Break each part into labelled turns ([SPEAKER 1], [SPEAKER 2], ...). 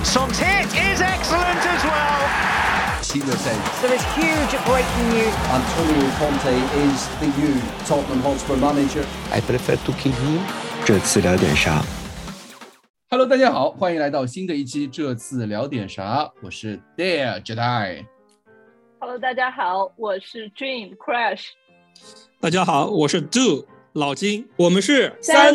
[SPEAKER 1] And Son's hit is excellent as well.
[SPEAKER 2] There is huge breaking news.
[SPEAKER 3] Antonio Conte is the new Tottenham Hotspur manager.
[SPEAKER 4] I prefer to keep him. 这次聊点啥
[SPEAKER 5] Hello， 大家好，欢迎来到新的一期这次聊点啥，我是 Dare Jedi。Hello，
[SPEAKER 6] 大家好，我是 Dream Crash。
[SPEAKER 7] 大家好，我是 Do 老金，我们是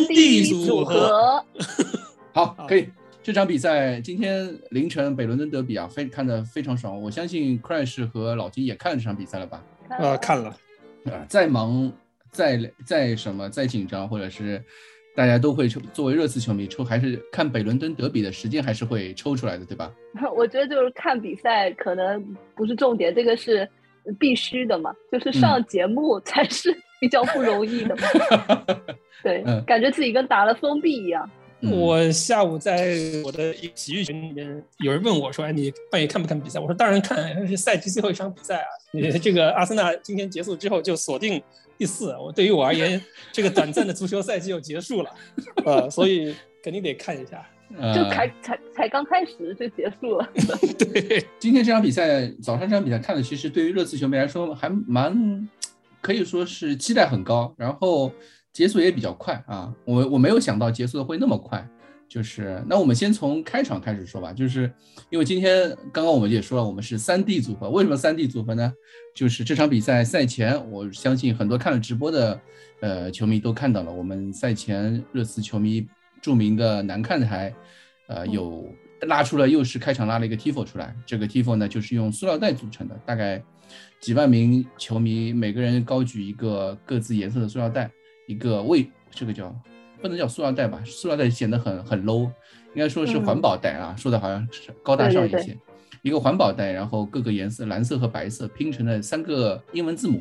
[SPEAKER 7] 3D 组合。
[SPEAKER 5] 好，可以。这场比赛今天凌晨北伦敦德比啊，看得非常爽。我相信 Crash 和老金也看了这场比赛了吧？
[SPEAKER 7] 看了。
[SPEAKER 5] 再忙再什么再紧张，或者是大家都会作为热刺球迷还是看北伦敦德比的时间还是会抽出来的，对吧？
[SPEAKER 6] 我觉得就是看比赛可能不是重点，这个是必须的嘛，就是上节目才是比较不容易的嘛。对，感觉自己跟打了封闭一样。
[SPEAKER 7] 我下午在我的一个体育群里面，有人问我说：“哎，你半夜看不看比赛？”我说：“当然看，是赛季最后一场比赛啊！你这个阿森纳今天结束之后就锁定第4，对于我而言，这个短暂的足球赛季又结束了，所以肯定得看一下。
[SPEAKER 6] 就才刚开始就结束了。
[SPEAKER 7] 对，
[SPEAKER 5] 今天这场比赛，早上这场比赛看的，其实对于热刺球迷来说还蛮可以说是期待很高，然后结束也比较快啊，我没有想到结束的会那么快。就是那我们先从开场开始说吧，就是因为今天刚刚我们也说了，我们是3D 组合。为什么3D 组合呢？就是这场比赛赛前，我相信很多看了直播的球迷都看到了，我们赛前热刺球迷著名的南看台有拉出了，又是开场拉了一个 Tifo 出来。这个 Tifo 呢就是用塑料袋组成的，大概几万名球迷每个人高举一个各自颜色的塑料袋，一个这个叫不能叫塑料袋吧，塑料袋显得很 low， 应该说是环保袋啊，说的好像是高大上一些。对，一个环保袋，然后各个颜色蓝色和白色拼成了3个英文字母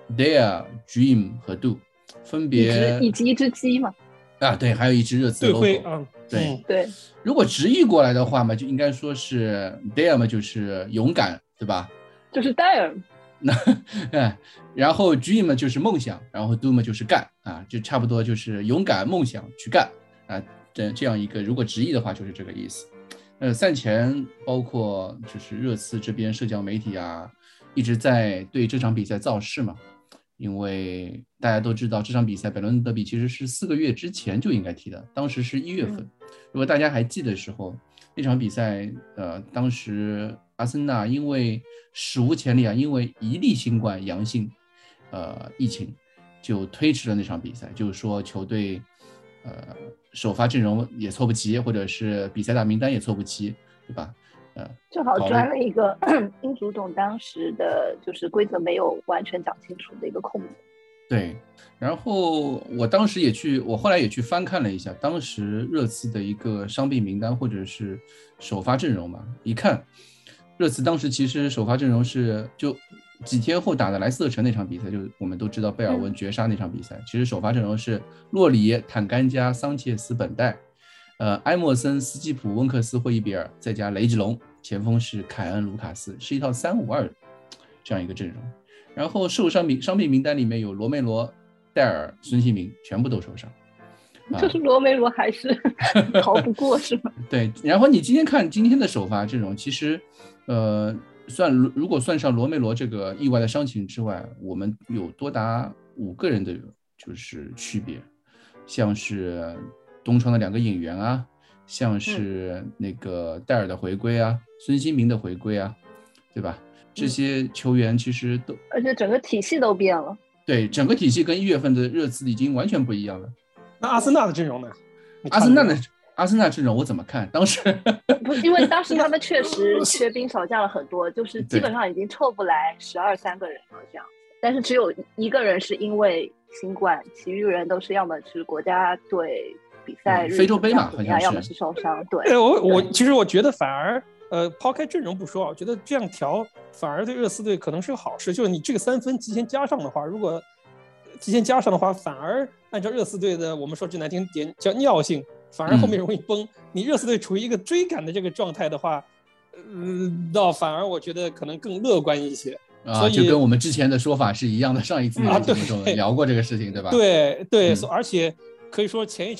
[SPEAKER 5] Dare、Dream 和 Do， 分别
[SPEAKER 6] 以及一只鸡嘛。
[SPEAKER 5] 啊，对，还有一只热刺 logo。对。如果直译过来的话嘛，就应该说是 Dare 嘛，就是勇敢，对吧？
[SPEAKER 6] 就是 Dare。
[SPEAKER 5] 然后 Dream 就是梦想，然后 Do 嘛就是干啊，就差不多就是勇敢梦想去干啊，这样一个，如果直译的话就是这个意思。赛前包括就是热刺这边社交媒体啊，一直在对这场比赛造势嘛，因为大家都知道这场比赛北伦敦德比其实是4个月之前就应该踢的，当时是1月份。如果大家还记得的时候，那场比赛当时阿森纳因为史无前例啊，因为一例新冠阳性疫情就推迟了那场比赛，就是说球队首发阵容也凑不齐，或者是比赛大名单也凑不齐，对吧？
[SPEAKER 6] 正好钻了一个英足总当时的就是规则没有完全讲清楚的一个空子。
[SPEAKER 5] 对，然后我后来也去翻看了一下当时热刺的一个伤病名单或者是首发阵容嘛，一看热刺当时其实首发阵容是就几天后打的莱斯特城那场比赛，就我们都知道贝尔文绝杀那场比赛，其实首发阵容是洛里、坦甘加、桑切斯、本代，埃默森、斯基普、温克斯、霍伊比尔，再加雷吉隆，前锋是凯恩、卢卡斯，是一套352这样一个阵容。然后伤病名单里面有罗梅罗、戴尔、孙兴民，全部都受伤。
[SPEAKER 6] 就是罗梅罗还是逃不过是吗？
[SPEAKER 5] 对，然后你今天看今天的首发阵容，其实如果算上罗梅罗这个意外的伤情之外，我们有多达5个人的就是区别，像是东窗的2个引援啊，像是那个戴尔的回归啊，孙兴民的回归啊，对吧？这些球员其实都，
[SPEAKER 6] 而且整个体系都变了。
[SPEAKER 5] 对，整个体系跟1月份的热刺已经完全不一样了。
[SPEAKER 7] 那阿森纳的阵容呢？
[SPEAKER 5] 阿森纳阵容我怎么看？当时
[SPEAKER 6] 不是因为当时他们确实缺兵少将了很多，就是基本上已经凑不来12-13个人了这样。但是只有1个人是因为新冠，其余人都是要么是国家队比赛日，
[SPEAKER 5] 非洲杯嘛，好像是，
[SPEAKER 6] 要么是受伤。对，
[SPEAKER 7] 其实我觉得反而抛开阵容不说，我觉得这样调反而对热刺队可能是个好事，就是你这个3分提前加上的话，如果提前加上的话，反而按照热刺队的我们说最难听点叫尿性，反而后面容易崩。你热刺队处于一个追赶的这个状态的话，反而我觉得可能更乐观一些。
[SPEAKER 5] 所以就跟我们之前的说法是一样的，上一次节目中聊过这个事情，对吧？
[SPEAKER 7] 对，而且可以说前一场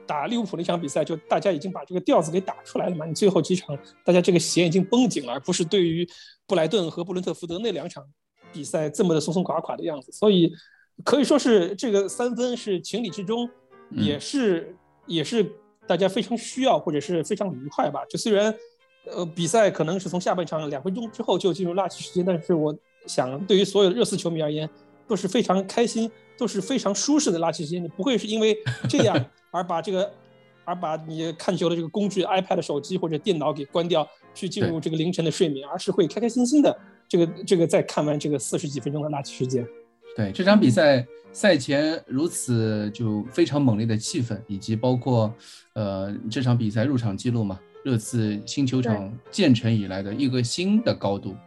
[SPEAKER 7] 打利物浦那场比赛，就大家已经把这个调子给打出来了嘛。你最后几场，大家这个弦已经绷紧了，而不是对于布莱顿和布伦特福德那2场比赛这么的松松垮垮的样子。所以可以说是这个3分是情理之中，也是大家非常需要或者是非常愉快吧。就虽然比赛可能是从下半场2分钟之后就进入垃圾时间，但是我想对于所有的热刺球迷而言都是非常开心，都是非常舒适的垃圾时间。你不会是因为这样而把你看球的这个工具 iPad 手机或者电脑给关掉，去进入这个凌晨的睡眠，而是会开开心心的这个再看完这个40几分钟的垃圾时间。
[SPEAKER 5] 对，这场比赛赛前如此就非常猛烈的气氛，以及包括这场比赛入场记录嘛，热刺新球场建成以来的一个新的高度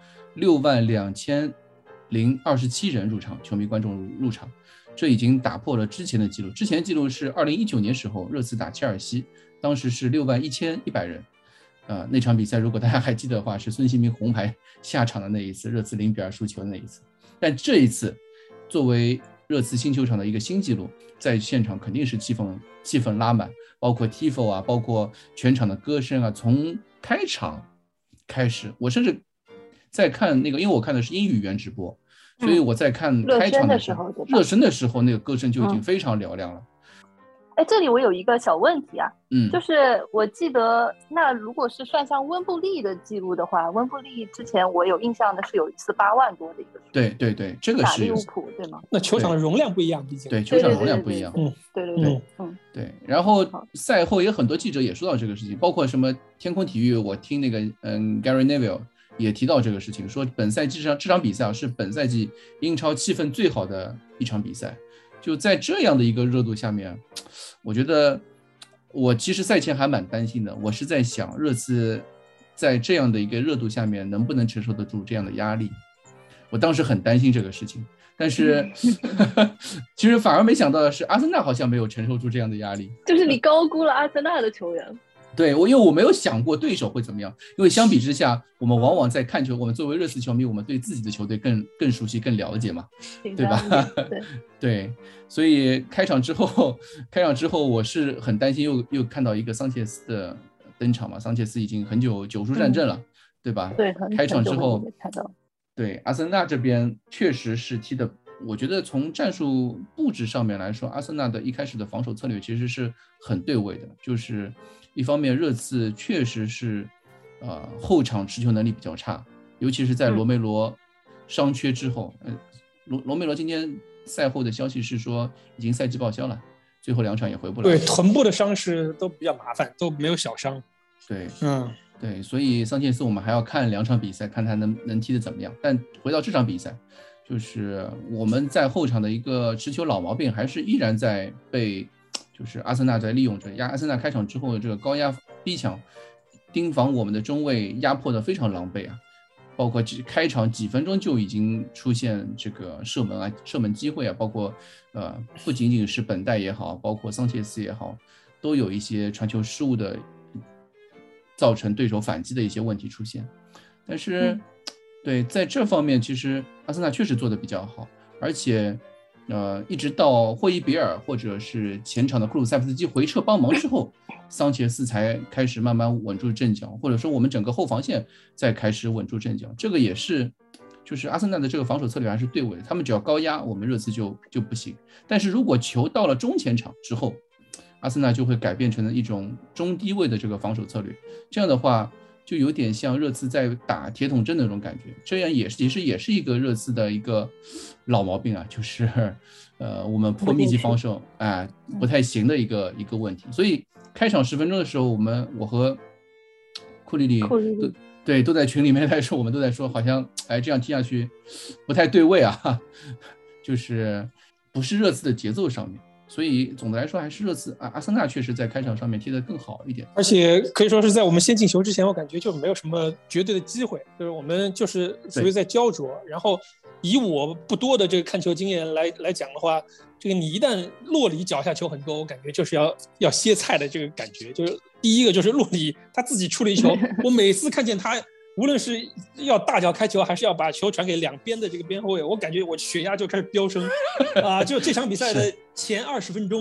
[SPEAKER 5] ，62027人入场，球迷观众入场，这已经打破了之前的记录。之前记录是2019年时候热刺打切尔西，当时是61100人。那场比赛如果大家还记得的话，是孙兴民红牌下场的那一次，热刺0-2输球的那一次。但这一次作为热刺新球场的一个新纪录，在现场肯定是气氛拉满，包括 Tifo 啊，包括全场的歌声啊。从开场开始，我甚至在看那个，因为我看的是英语原直播，所以我在看开场的时候，热身的时候那个歌声就已经非常嘹亮了。
[SPEAKER 6] 这里我有一个小问题啊，就是我记得，那如果是算上温布利的记录的话，温布利之前我有印象的是有一次8万多的一个，
[SPEAKER 5] 对，这个是
[SPEAKER 6] 打利物浦对吗？
[SPEAKER 7] 那球场的容量不一样，毕竟
[SPEAKER 5] 对球场容量不一样，对。然后赛后也很多记者也说到这个事情，包括什么天空体育，我听那个Gary Neville 也提到这个事情，说本赛季上这场比赛是本赛季英超气氛最好的一场比赛。就在这样的一个热度下面，我觉得我其实赛前还蛮担心的，我是在想热刺在这样的一个热度下面能不能承受得住这样的压力，我当时很担心这个事情。但是其实反而没想到的是，阿森纳好像没有承受住这样的压力，
[SPEAKER 6] 就是你高估了阿森纳的球员。
[SPEAKER 5] 对，因为我没有想过对手会怎么样，因为相比之下，我们往往在看球，我们作为热刺球迷，我们对自己的球队更熟悉、更了解嘛，对吧？对，所以开场之后，我是很担心又看到一个桑切斯的登场嘛，桑切斯已经很久久出战阵了，对吧？
[SPEAKER 6] 对，
[SPEAKER 5] 开场之后，对，阿森纳这边确实是踢的。我觉得从战术布置上面来说，阿森纳的一开始的防守策略其实是很对位的，就是一方面热刺确实是后场持球能力比较差，尤其是在罗梅罗伤缺之后，罗梅罗今天赛后的消息是说已经赛季报销了，最后2场也回不来。
[SPEAKER 7] 对，臀部的伤势都比较麻烦，都没有小伤。
[SPEAKER 5] 对，对，所以桑切斯我们还要看2场比赛，看他能踢得怎么样。但回到这场比赛，就是我们在后场的一个持球老毛病还是依然在被就是阿森纳在利用着。阿森纳开场之后的这个高压逼抢盯防我们的中卫，压迫的非常狼狈啊，包括开场几分钟就已经出现这个射门机会啊，包括不仅仅是本代也好，包括桑切斯也好，都有一些传球失误的造成对手反击的一些问题出现。但是对，在这方面其实阿森纳确实做得比较好，而且一直到霍伊比尔或者是前场的库鲁塞夫斯基回撤帮忙之后，桑切斯才开始慢慢稳住阵脚，或者说我们整个后防线再开始稳住阵脚。这个也是就是阿森纳的这个防守策略还是对位的，他们只要高压，我们热刺就不行。但是如果球到了中前场之后，阿森纳就会改变成了一种中低位的这个防守策略，这样的话就有点像热刺在打铁桶阵的那种感觉，这样其实也是一个热刺的一个老毛病啊，就是我们破密集防守不太行的一个问题。所以开场10分钟的时候，我和库里都在群里面来说，我们都在说好像这样踢下去不太对位啊，就是不是热刺的节奏上面。所以总的来说还是热刺阿森纳确实在开场上面踢得更好一点，
[SPEAKER 7] 而且可以说是在我们先进球之前，我感觉就没有什么绝对的机会，就是我们就是属于在焦灼。然后以我不多的这个看球经验来讲的话，这个你一旦洛里脚下球很多，我感觉就是要歇菜的这个感觉。就是第一个就是洛里他自己出了一球，我每次看见他无论是要大脚开球还是要把球传给两边的这个边后卫，我感觉我血压就开始飙升就这场比赛的前20分钟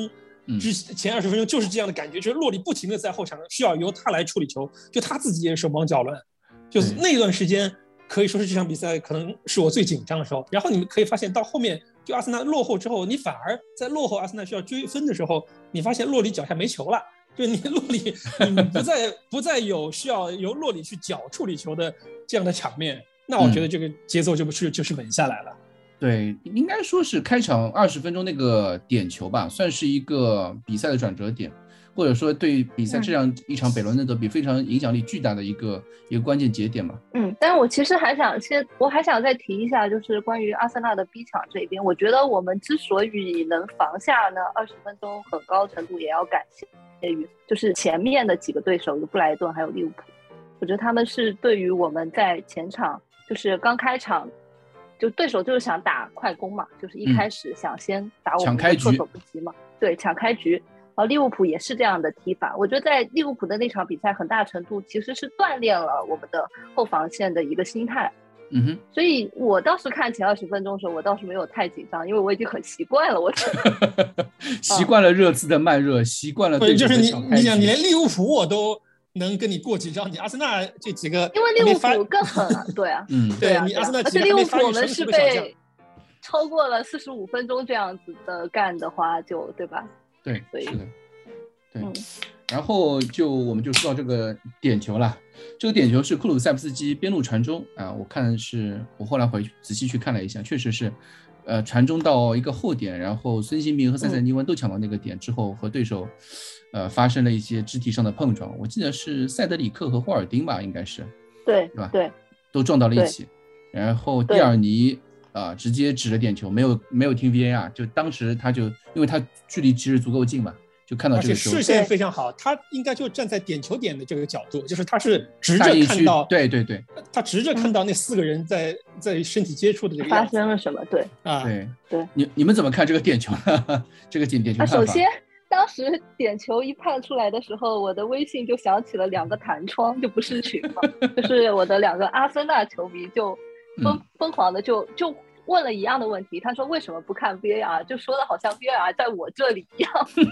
[SPEAKER 7] 前20分钟就是这样的感觉，就是洛里不停的在后场需要由他来处理球，就他自己也手忙脚乱，就是那段时间可以说是这场比赛可能是我最紧张的时候。然后你们可以发现到后面就阿森纳落后之后，你反而在落后阿森纳需要追分的时候，你发现洛里脚下没球了，就是你洛里你不再有需要由洛里去脚处理球的这样的场面，那我觉得这个节奏就是稳下来了。
[SPEAKER 5] 对，应该说是开场20分钟那个点球吧，算是一个比赛的转折点，或者说对比赛这样一场北伦敦德比非常影响力巨大的一个关键节点嘛。
[SPEAKER 6] 但是我其实还想再提一下，就是关于阿森纳的逼抢这边，我觉得我们之所以能防下呢20分钟，很高程度也要感谢于就是前面的几个对手，有布莱顿还有利物浦，我觉得他们是对于我们在前场就是刚开场。就对手就是想打快攻嘛，就是一开始想先打我们措手不及嘛，对，抢开局。然后利物浦也是这样的踢法，我觉得在利物浦的那场比赛很大程度其实是锻炼了我们的后防线的一个心态。所以我当时看前20分钟的时候，我倒是没有太紧张，因为我已经很习惯了，我觉得
[SPEAKER 5] 习惯了热刺的慢热，习惯了对手的小开局。
[SPEAKER 7] 就是你想，你连利物浦我都能跟你过几招，你阿森纳这几个，
[SPEAKER 6] 因为利物浦更狠了，对啊，
[SPEAKER 7] 对啊，你阿森纳
[SPEAKER 6] 而且利物浦我们是被超过了45分钟这样子的干的话，就对吧？
[SPEAKER 5] 对，是的，对。然后我们就说到这个点球了，这个点球是库鲁塞夫斯基边路传中啊，我后来回去仔细去看了一下，确实是。传中到一个后点，然后孙兴民和塞塞尼文都抢到那个点之后，和对手发生了一些肢体上的碰撞。我记得是塞德里克和霍尔丁吧，应该是对吧？
[SPEAKER 6] 对，
[SPEAKER 5] 都撞到了一起。然后蒂尔尼直接指了点球，没有听 VAR， 就当时他就因为他距离其实足够近嘛，就看到这个球，
[SPEAKER 7] 而且视线非常好，他应该就站在点球点的这个角度，就是他是直着看到，
[SPEAKER 5] 对，
[SPEAKER 7] 他直着看到那4个人在身体接触的这个样子
[SPEAKER 6] 发生了什么，对
[SPEAKER 7] 啊，
[SPEAKER 6] 对，
[SPEAKER 5] 你们怎么看这个点球呢？这个点球看法？
[SPEAKER 6] 首先，当时点球一判出来的时候，我的微信就响起了2个弹窗，就不是群嘛，就是我的2个阿森纳球迷就疯狂的就问了一样的问题，他说为什么不看 VAR， 就说的好像 VAR 在我这里一样。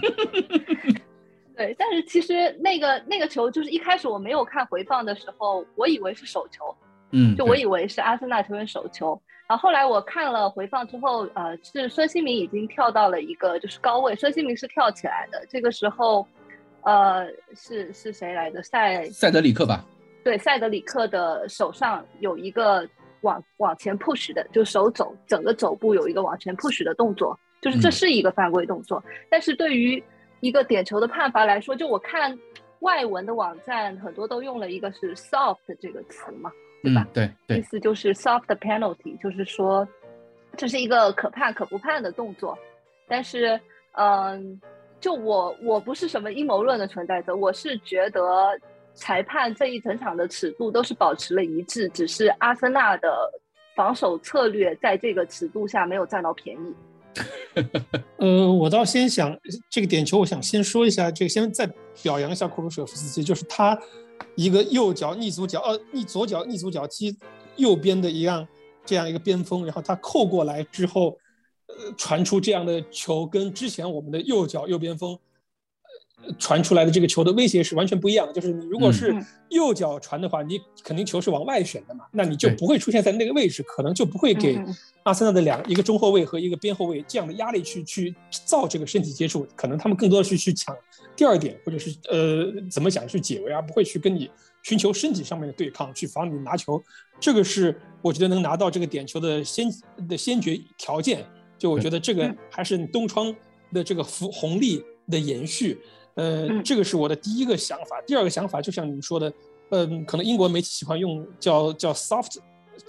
[SPEAKER 6] 对，但是其实那个球就是一开始我没有看回放的时候，我以为是手球，就我以为是阿森纳球员手球。然后后来我看了回放之后，是孙兴民已经跳到了一个就是高位，孙兴民是跳起来的，这个时候，是谁来的？塞
[SPEAKER 5] 德里克吧？
[SPEAKER 6] 对，塞德里克的手上有一个往前 push 的，就手肘整个肘部有一个往前 push 的动作，就是这是一个犯规动作。但是对于一个点球的判罚来说，就我看外文的网站很多都用了一个是 soft 这个词嘛，对吧？
[SPEAKER 5] 对，
[SPEAKER 6] 意思就是 soft penalty， 就是说这是一个可判可不判的动作。但是就我不是什么阴谋论的存在者，我是觉得裁判这一整场的尺度都是保持了一致，只是阿森纳的防守策略在这个尺度下没有占到便宜。
[SPEAKER 7] 我倒先想这个点球，我想先说一下，这个先再表扬一下库鲁舍夫斯基，就是他一个右脚逆左脚踢右边的这样一个边锋，然后他扣过来之后，传出这样的球，跟之前我们的右边锋传出来的这个球的威胁是完全不一样的。就是你如果是右脚传的话，你肯定球是往外旋的嘛，那你就不会出现在那个位置，可能就不会给阿森纳的一个中后卫和一个边后卫这样的压力去造这个身体接触，可能他们更多的是去抢第二点，或者是怎么讲去解围啊，不会去跟你寻求身体上面的对抗，去防你拿球。这个是我觉得能拿到这个点球的先决条件。就我觉得这个还是东窗的这个红利的延续。这个是我的第一个想法。第二个想法就像你们说的，可能英国媒体喜欢用叫 soft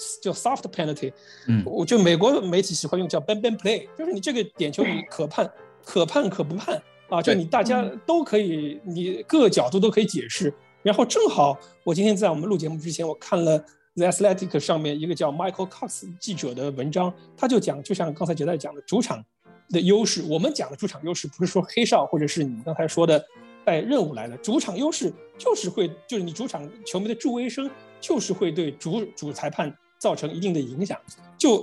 [SPEAKER 7] penalty，我觉得美国媒体喜欢用叫 bang bang play， 就是你这个点球你可判可不判啊，就你大家都可以，你各个角度都可以解释。然后正好我今天在我们录节目之前，我看了 The Athletic 上面一个叫 Michael Cox 记者的文章，他就讲，就像刚才杰代讲的，主场的优势，我们讲的主场优势不是说黑哨或者是你刚才说的带任务来的，主场优势就是你主场球迷的助威声就是会对主裁判造成一定的影响。就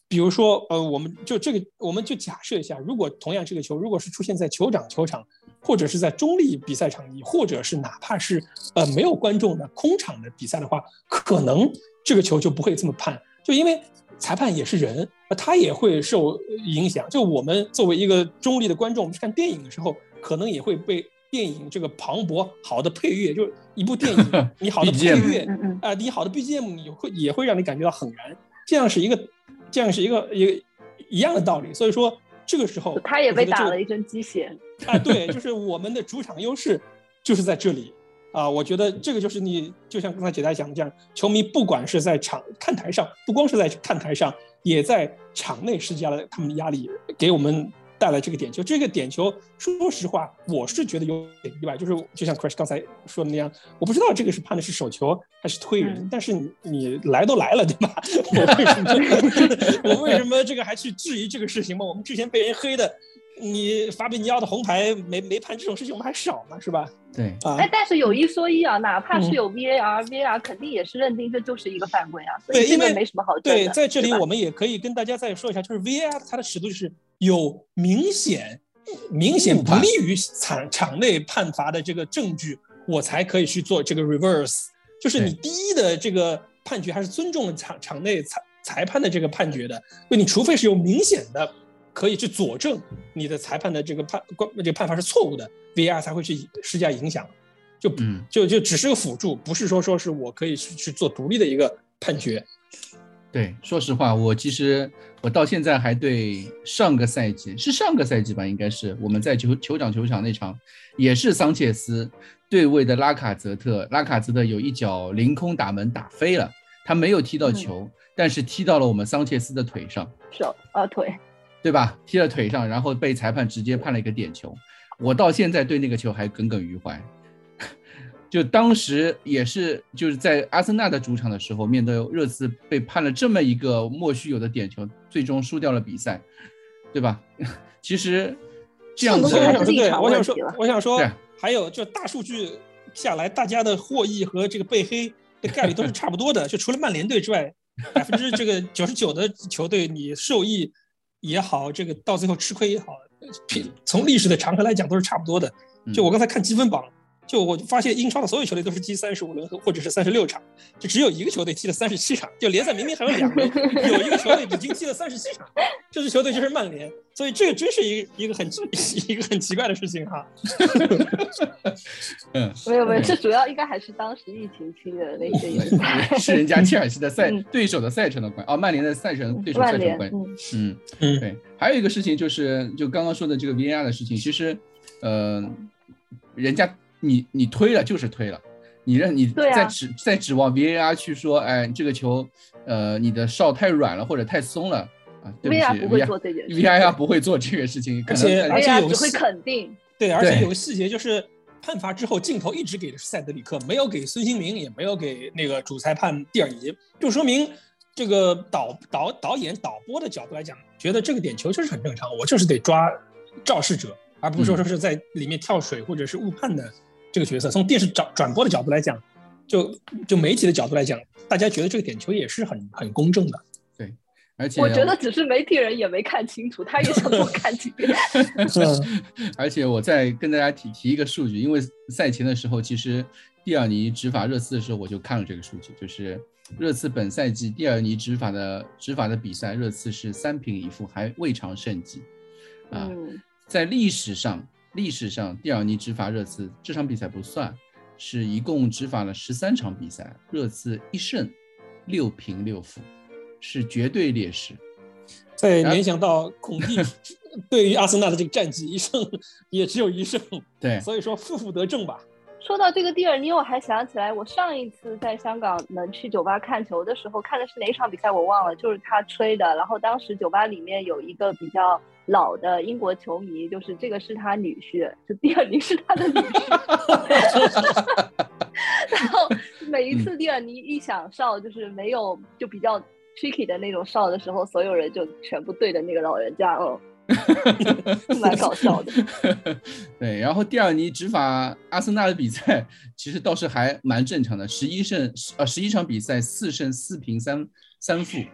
[SPEAKER 7] 比如说我们就假设一下，如果同样这个球如果是出现在酋长球场，或者是在中立比赛场地，或者是哪怕是没有观众的空场的比赛的话，可能这个球就不会这么判，就因为裁判也是人，他也会受影响。就我们作为一个中立的观众，我们去看电影的时候，可能也会被电影这个磅礴好的配乐，就是一部电影你好的配乐你好的 BGM 也会让你感觉到很燃，这样是一个一样的道理。所以说这个时候
[SPEAKER 6] 他也被打了一针鸡血
[SPEAKER 7] 对，就是我们的主场优势就是在这里我觉得这个就是你就像刚才姐大讲的这样，球迷不管是在看台上，不光是在看台上，也在场内施加了他们的压力，给我们带来这个点球。这个点球说实话我是觉得有点意外，就是就像 Crash 刚才说的那样，我不知道这个是判的是手球还是推人，但是你来都来了对吧，我为什么这个还去质疑这个事情吗？我们之前被人黑的，你法比尼奥的红牌没判这种事情我们还少呢是吧？
[SPEAKER 5] 对
[SPEAKER 6] 但是有一说一啊，哪怕是有 VAR 肯定也是认定这就是一个犯规啊，所以这个没什么好争的。
[SPEAKER 7] 对，在这里我们也可以跟大家再说一下，就是 VAR 它的尺度就是有明显不利于场内判罚的这个证据，我才可以去做这个 reverse， 就是你第一的这个判决还是尊重了场内裁判的这个判决的，所以你除非是有明显的可以去佐证你的裁判的这个判罚是错误的， VAR 才会去施加影响，就只是个辅助，不是说是我可以去做独立的一个判决。
[SPEAKER 5] 对，说实话，我到现在还对上个赛季吧，应该是我们在酋长球场那场，也是桑切斯对位的拉卡泽特有一脚凌空打门打飞了，他没有踢到球，但是踢到了我们桑切斯的腿上，
[SPEAKER 6] 腿，
[SPEAKER 5] 对吧？踢了腿上，然后被裁判直接判了一个点球。我到现在对那个球还耿耿于怀。就当时也是就是在阿森纳的主场的时候，面对热刺被判了这么一个莫须有的点球，最终输掉了比赛，对吧？其实这样子，
[SPEAKER 7] 我想说，还有就大数据下来，大家的获益和这个被黑的概率都是差不多的，就除了曼联队之外，99%的球队你受益也好，这个到最后吃亏也好，从历史的长河来讲都是差不多的。就我刚才看积分榜。就我发现英超的所有球队都是踢35轮或者是36场，就只有一个球队踢了37场，就联赛明明还有2轮，有一个球队已经踢了37场，这支球队就是曼联，所以这个真是一个很奇怪的事情哈。
[SPEAKER 6] 没有，这主要应该还是当时疫情期的那些原因，
[SPEAKER 5] 是人家切尔西的对手的赛程的关曼联的对手赛程的关对。还有一个事情就刚刚说的这个 VAR 的事情，其实人家你推了就是推了，你再指望 VAR 去说，哎，这个球你的哨太软了或者太松了啊，对不起
[SPEAKER 6] ，VAR 不会做这件事
[SPEAKER 5] ，VAR 不会做这个事情，
[SPEAKER 7] 而且
[SPEAKER 6] 只会肯定。
[SPEAKER 7] 对，而且有个细节就是判罚之后，镜头一直给的是塞德里克，没有给孙兴民，也没有给那个主裁判蒂尔尼，就说明这个导演导播的角度来讲，觉得这个点球就是很正常，我就是得抓肇事者，而不是说是在里面跳水或者是误判的这个角色。从电视转播的角度来讲，就媒体的角度来讲，大家觉得这个点球也是很公正的。
[SPEAKER 5] 对，而且
[SPEAKER 6] 我觉得只是媒体人也没看清楚，他也想多看几遍。
[SPEAKER 5] 而且我再跟大家提一个数据，因为赛前的时候，其实蒂尔尼执法热刺的时候，我就看了这个数据，就是热刺本赛季蒂尔尼执法的比赛，热刺是3平1负，还未尝胜绩啊。在历史上蒂尔尼执法热刺这场比赛不算，是一共执法了13场比赛，热刺1胜6平6负，是绝对劣势。
[SPEAKER 7] 再联想到孔蒂对于阿森纳的这个战绩，1胜也只有1胜，
[SPEAKER 5] 对，
[SPEAKER 7] 所以说负得正吧。
[SPEAKER 6] 说到这个蒂尔尼，我还想起来，我上一次在香港能去酒吧看球的时候，看的是哪场比赛我忘了，就是他吹的。然后当时酒吧里面有一个比较老的英国球迷，就是这个是他女婿，就蒂尔尼是他的女婿。然后每一次蒂尔尼一响哨，就是没有就比较 tricky 的那种哨的时候，所有人就全部对着那个老人家蛮搞笑的。
[SPEAKER 5] 对，然后蒂尔尼执法阿森纳的比赛其实倒是还蛮正常的，11场比赛4胜4平3负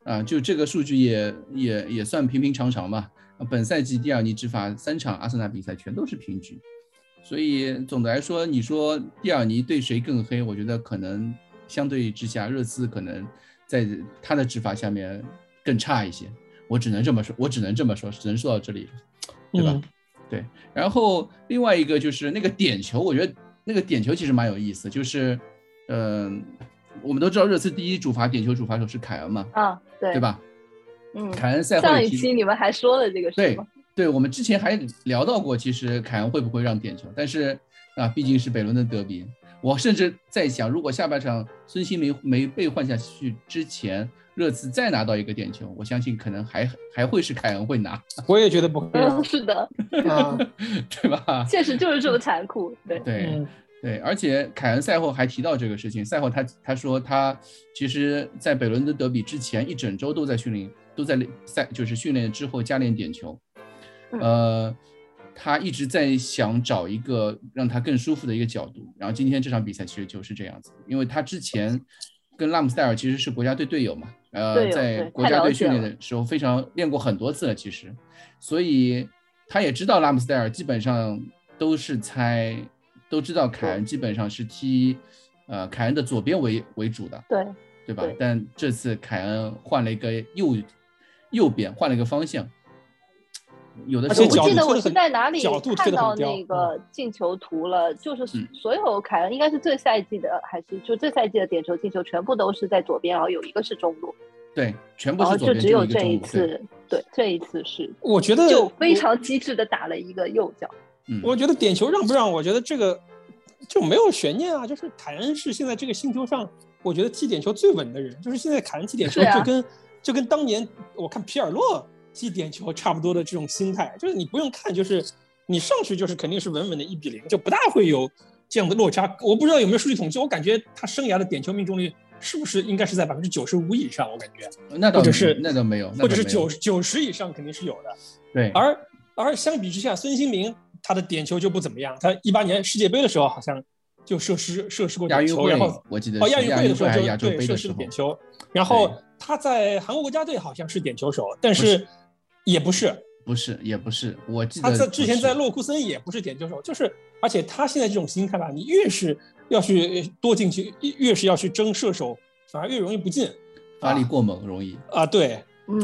[SPEAKER 5] 就这个数据也算平平常常吧。本赛季蒂尔尼执法3场阿森纳比赛全都是平局，所以总的来说，你说蒂尔尼对谁更黑？我觉得可能相对之下，热刺可能在他的执法下面更差一些。我只能这么说，只能说到这里，对吧？对。然后另外一个就是那个点球，我觉得那个点球其实蛮有意思，就是我们都知道热刺第一点球主罚手是凯恩嘛，对吧？凯恩赛后
[SPEAKER 6] 上一期你们还说了这个事吗？
[SPEAKER 5] 对，我们之前还聊到过，其实凯恩会不会让点球，但是毕竟是北伦敦德比，我甚至在想，如果下半场孙兴民没被换下去之前，热刺再拿到一个点球，我相信可能还会是凯恩会拿。
[SPEAKER 7] 我也觉得不会。
[SPEAKER 6] 是的，
[SPEAKER 5] 对吧？
[SPEAKER 6] 现实就是这么残酷。
[SPEAKER 5] 对，而且凯恩赛后还提到这个事情。赛后他说他其实，在北伦敦德比之前一整周都在训练，就是训练之后加练点球。他一直在想找一个让他更舒服的一个角度。然后今天这场比赛其实就是这样子，因为他之前跟拉姆斯戴尔其实是国家队队友嘛，在国家队训练的时候非常练过很多次了，其实，所以他也知道拉姆斯戴尔基本上都知道凯恩基本上是踢凯恩的左边为主的，对吧？但这次凯恩换了一个右边，换了一个方向，有的时候
[SPEAKER 6] 我记得我是在哪里看到那个进球图了，就是所有凯恩应该是这赛季的，还是就这赛季的点球进球全部都是在左边，然后有一个是中路。
[SPEAKER 5] 对，全部是左边，
[SPEAKER 6] 就只有这一次，对，这一次是，
[SPEAKER 7] 我觉得
[SPEAKER 6] 就非常机智的打了一个右脚。
[SPEAKER 7] 我觉得点球让不让，我觉得这个就没有悬念啊。就是凯恩是现在这个星球上，我觉得踢点球最稳的人。就是现在凯恩踢点球就跟当年我看皮尔洛踢点球差不多的这种心态，就是你不用看，就是你上去就是肯定是稳稳的1-0，就不大会有这样的落差。我不知道有没有数据统计，我感觉他生涯的点球命中率是不是应该是在95%以上？我感觉
[SPEAKER 5] 那倒没有，
[SPEAKER 7] 或者是90%以上肯定是有的。
[SPEAKER 5] 对，
[SPEAKER 7] 而相比之下，孙兴民他的点球就不怎么样。他18年世界杯的时候好像就射失过点球，然后
[SPEAKER 5] 我记得
[SPEAKER 7] 亚运会的时候就
[SPEAKER 5] 对
[SPEAKER 7] 射失了点球。然后他在韩国国家队好像是点球手，但是也不是，我记得他之前在洛库森也不是点球手，就是而且他现在这种心态吧，你越是要去多进去，越是要去争射手，反而越容易不进，
[SPEAKER 5] 发力过猛容易
[SPEAKER 7] 啊，对。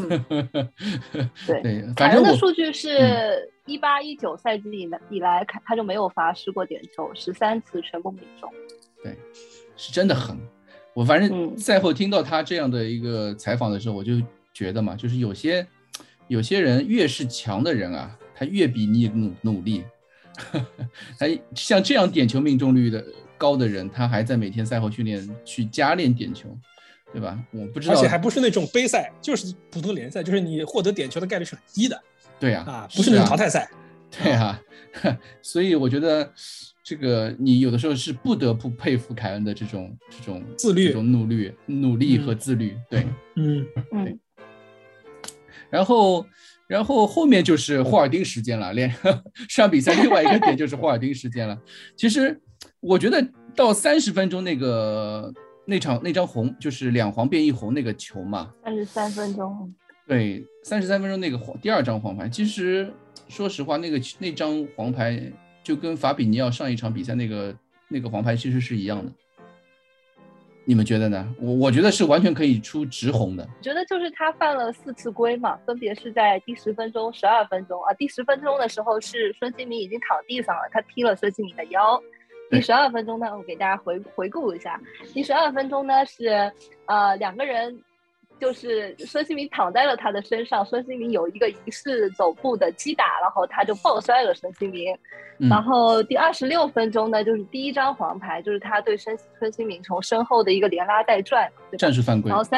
[SPEAKER 6] 对，凯恩的数据是18-19赛季以来，他就没有罚失过点球，13次全部命中。
[SPEAKER 5] 对，是真的狠。我反正赛后听到他这样的一个采访的时候，我就觉得嘛，就是有些人越是强的人啊，他越比你努力。他像这样点球命中率的高的人，他还在每天赛后训练去加练点球。对吧？我不知道，
[SPEAKER 7] 而且还不是那种杯赛，就是普通联赛，就是你获得点球的概率是很低的。
[SPEAKER 5] 对呀，
[SPEAKER 7] 不是那种淘汰赛。
[SPEAKER 5] 对呀，所以我觉得这个你有的时候是不得不佩服凯恩的这种
[SPEAKER 7] 自律、
[SPEAKER 5] 这种努力和自律。对，对。然后后面就是霍尔丁时间了，上比赛另外一个点就是霍尔丁时间了。其实我觉得到30分钟那张红就是2黄变1红那个球嘛
[SPEAKER 6] ，33分钟。
[SPEAKER 5] 对，33分钟那个第2张黄牌，其实说实话，那张黄牌就跟法比尼奥上一场比赛那个黄牌其实是一样的。你们觉得呢？我觉得是完全可以出直红的。
[SPEAKER 6] 我觉得就是他犯了4次规嘛，分别是在第10分钟、12分钟啊。第10分钟的时候是孙兴民已经躺地上了，他踢了孙兴民的腰。第12分钟呢，我给大家回顾一下。第12分钟呢是2个人，就是孙兴民躺在了他的身上，孙兴民有一个疑似走步的击打，然后他就抱摔了孙兴民。然后第26分钟呢，就是第1张黄牌，就是他对孙兴民从身后的一个连拉带拽，
[SPEAKER 5] 战术犯规。
[SPEAKER 6] 然后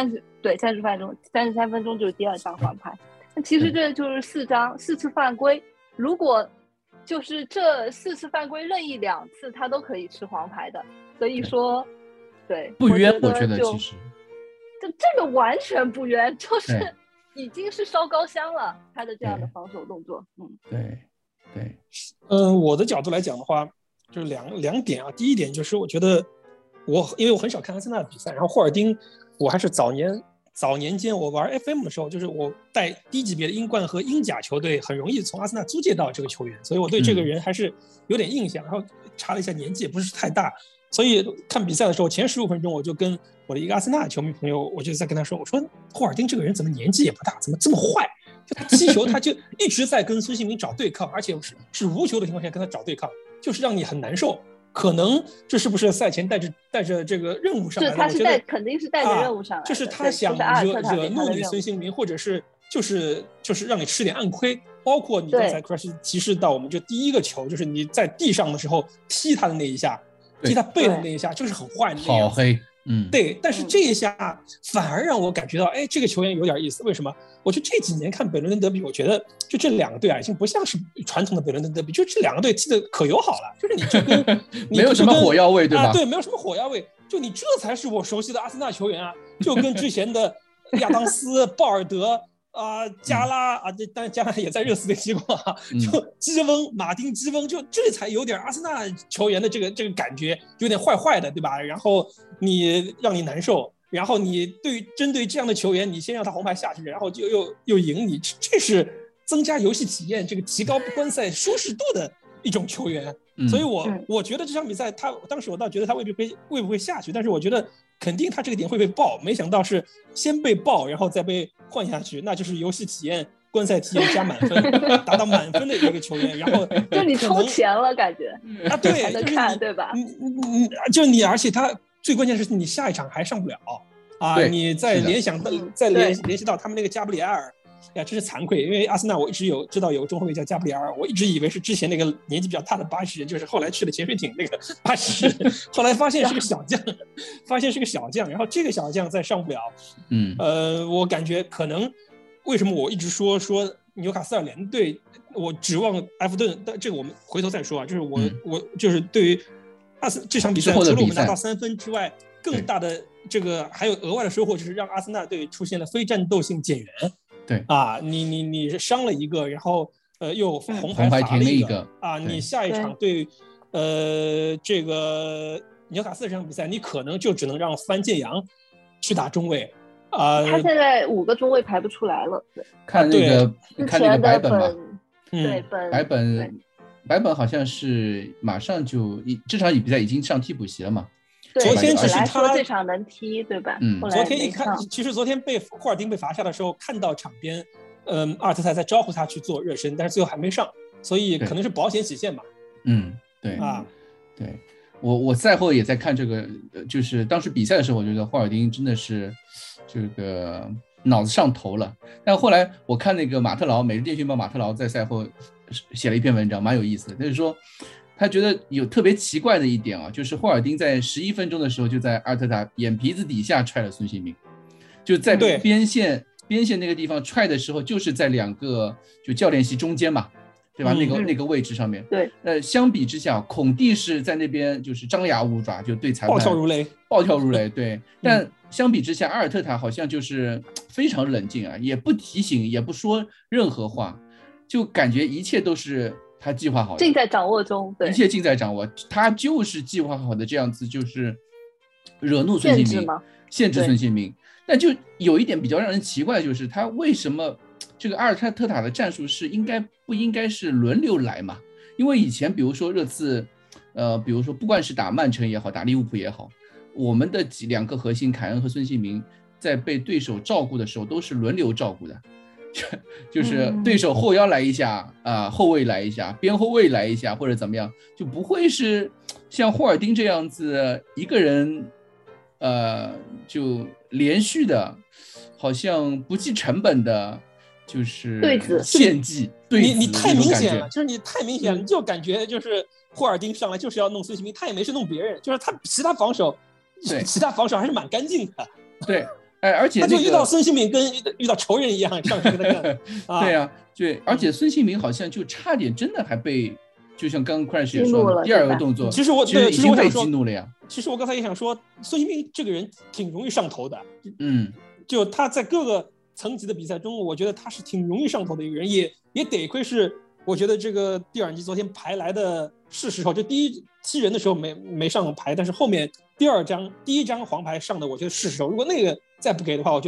[SPEAKER 6] 33分钟就是第2张黄牌。那其实这就是4次犯规，如果就是这4次犯规任意2次他都可以吃黄牌的，所以说对
[SPEAKER 5] 不冤，我觉得其实
[SPEAKER 6] 这个完全不冤，就是已经是烧高香了，他的这样的防守动作。
[SPEAKER 5] 对，
[SPEAKER 7] 我的角度来讲的话，就是两点啊。第一点就是我觉得因为我很少看阿森纳的比赛，然后霍尔丁我还是早年早年间我玩 FM 的时候，就是我带低级别的英冠和英甲球队，很容易从阿森纳租借到这个球员，所以我对这个人还是有点印象。然后查了一下年纪也不是太大，所以看比赛的时候前15分钟我就跟我的一个阿森纳球迷朋友，我就在跟他说，我说霍尔丁这个人怎么年纪也不大，怎么这么坏？就他踢球他就一直在跟孙兴民找对抗，而且是无球的情况下跟他找对抗，就是让你很难受。可能这是不是赛前带着这个任务上来的？
[SPEAKER 6] 他是肯定是带着任务上来的，
[SPEAKER 7] 就是他想惹怒你孙兴民，或者是就是让你吃点暗亏。包括你刚才 Crush 提示到，我们就第一个球就是你在地上的时候踢他的那一下，踢他背的那一下，就是很坏的那样。
[SPEAKER 5] 好黑，
[SPEAKER 7] 对。但是这一下反而让我感觉到，哎，这个球员有点意思。为什么？我就这几年看北伦敦德比，我觉得就这两个队啊，已经不像是传统的北伦敦德比，就这两个队踢得可友好了，就是你就跟
[SPEAKER 5] 没有什么火药味，对吧？
[SPEAKER 7] 对，没有什么火药味，就你这才是我熟悉的阿森纳球员啊，就跟之前的亚当斯、鲍尔德。加拉啊，当然加拉也在热刺队踢过啊，就基翁、马丁基翁，就这才有点阿森纳球员的这个感觉，有点坏坏的，对吧？然后让你难受，然后你针对这样的球员，你先让他红牌下去，然后就又赢你，这是增加游戏体验，这个提高观赛舒适度的一种球员。所以我觉得这场比赛当时我倒觉得他未必会下去，但是我觉得肯定他这个点会被爆，没想到是先被爆，然后再被换下去，那就是游戏体验、观赛体验加满分，达到满分的一个球员。然后
[SPEAKER 6] 就你充钱了，感觉
[SPEAKER 7] 啊，对，
[SPEAKER 6] 还能看，对吧？
[SPEAKER 7] 就你，而且他最关键的是你下一场还上不了啊！你再联系到他们那个加布里埃尔。呀，真是惭愧，因为阿森纳我一直知道有中后卫叫加布里埃尔，我一直以为是之前那个年纪比较大的巴什，就是后来去了潜水艇那个巴什，后来发现是个小将，然后这个小将再上不了，我感觉可能为什么我一直说纽卡斯尔联队，我指望埃弗顿，但这个我们回头再说啊，就是我就是对于这场比赛，除了我们拿到3分之外，更大的这个还有额外的收获，就是让阿森纳队出现了非战斗性减员。
[SPEAKER 5] 对
[SPEAKER 7] 啊，你伤了一个，然后又红牌罚了一个啊，你下一场对这个纽卡斯尔这场比赛，你可能就只能让范建阳去打中卫啊。
[SPEAKER 6] 他现在5个中卫排不出来了，对，
[SPEAKER 5] 看那个白本嘛，
[SPEAKER 6] 对
[SPEAKER 5] 白本好像是马上就这场比赛已经上替补席了嘛。
[SPEAKER 7] 昨天只是他
[SPEAKER 6] 这场能踢，对吧？
[SPEAKER 7] 昨天一看，其实昨天被霍尔丁被罚下的时候，看到场边，阿尔特塔在招呼他去做热身，但是最后还没上，所以可能是保险起见吧。
[SPEAKER 5] 对
[SPEAKER 7] 啊，
[SPEAKER 5] 对，我赛后也在看这个，就是当时比赛的时候，我觉得霍尔丁真的是这个脑子上头了。但后来我看那个马特劳，每日电讯报马特劳在赛后写了一篇文章，蛮有意思的，就是说。他觉得有特别奇怪的一点啊，就是霍尔丁在11分钟的时候就在阿尔特塔眼皮子底下踹了孙兴民，就在边线那个地方踹的时候，就是在2个就教练席中间嘛，对吧？那个位置上面。
[SPEAKER 6] 对。
[SPEAKER 5] 相比之下，孔蒂是在那边就是张牙舞爪，就对裁判暴跳如雷。对。但相比之下，阿尔特塔好像就是非常冷静啊，也不提醒，也不说任何话，就感觉一切都是。他计划好的，
[SPEAKER 6] 尽在掌握中，对，
[SPEAKER 5] 一切尽在掌握。他就是计划好的这样子，就是惹怒孙兴民，限制孙兴民。但就有一点比较让人奇怪，就是他为什么这个阿尔特塔的战术是不应该是轮流来嘛？因为以前比如说热刺，比如说不管是打曼城也好，打利物浦也好，我们的2个核心凯恩和孙兴民在被对手照顾的时候都是轮流照顾的。就是对手后腰来一下后卫来一下，边后卫来一下，或者怎么样，就不会是像霍尔丁这样子一个人就连续的好像不计成本的就是献祭对子，
[SPEAKER 7] 你太明显了，就是你太明显了，你就感觉就是霍尔丁上来就是要弄孙兴民，他也没是弄别人，就是他其他防守还是蛮干净的。
[SPEAKER 5] 对，而且、他
[SPEAKER 7] 就遇到孙兴民跟遇到仇人一样上去跟他干。
[SPEAKER 5] 对啊，对，而且孙兴民好像就差点真的还被，就像刚刚 Crash 也说第2个动作，
[SPEAKER 7] 其实我
[SPEAKER 5] 已经被激怒了呀。
[SPEAKER 7] 其实我刚才也想说，孙兴民这个人挺容易上头的。就他在各个层级的比赛中，我觉得他是挺容易上头的一个人，也得亏是我觉得这个蒂尔尼昨天排来的是时候，就第一踢人的时候没上牌，但是后面第一张黄牌上的我觉得是时候，如果那个再不给的话，我觉得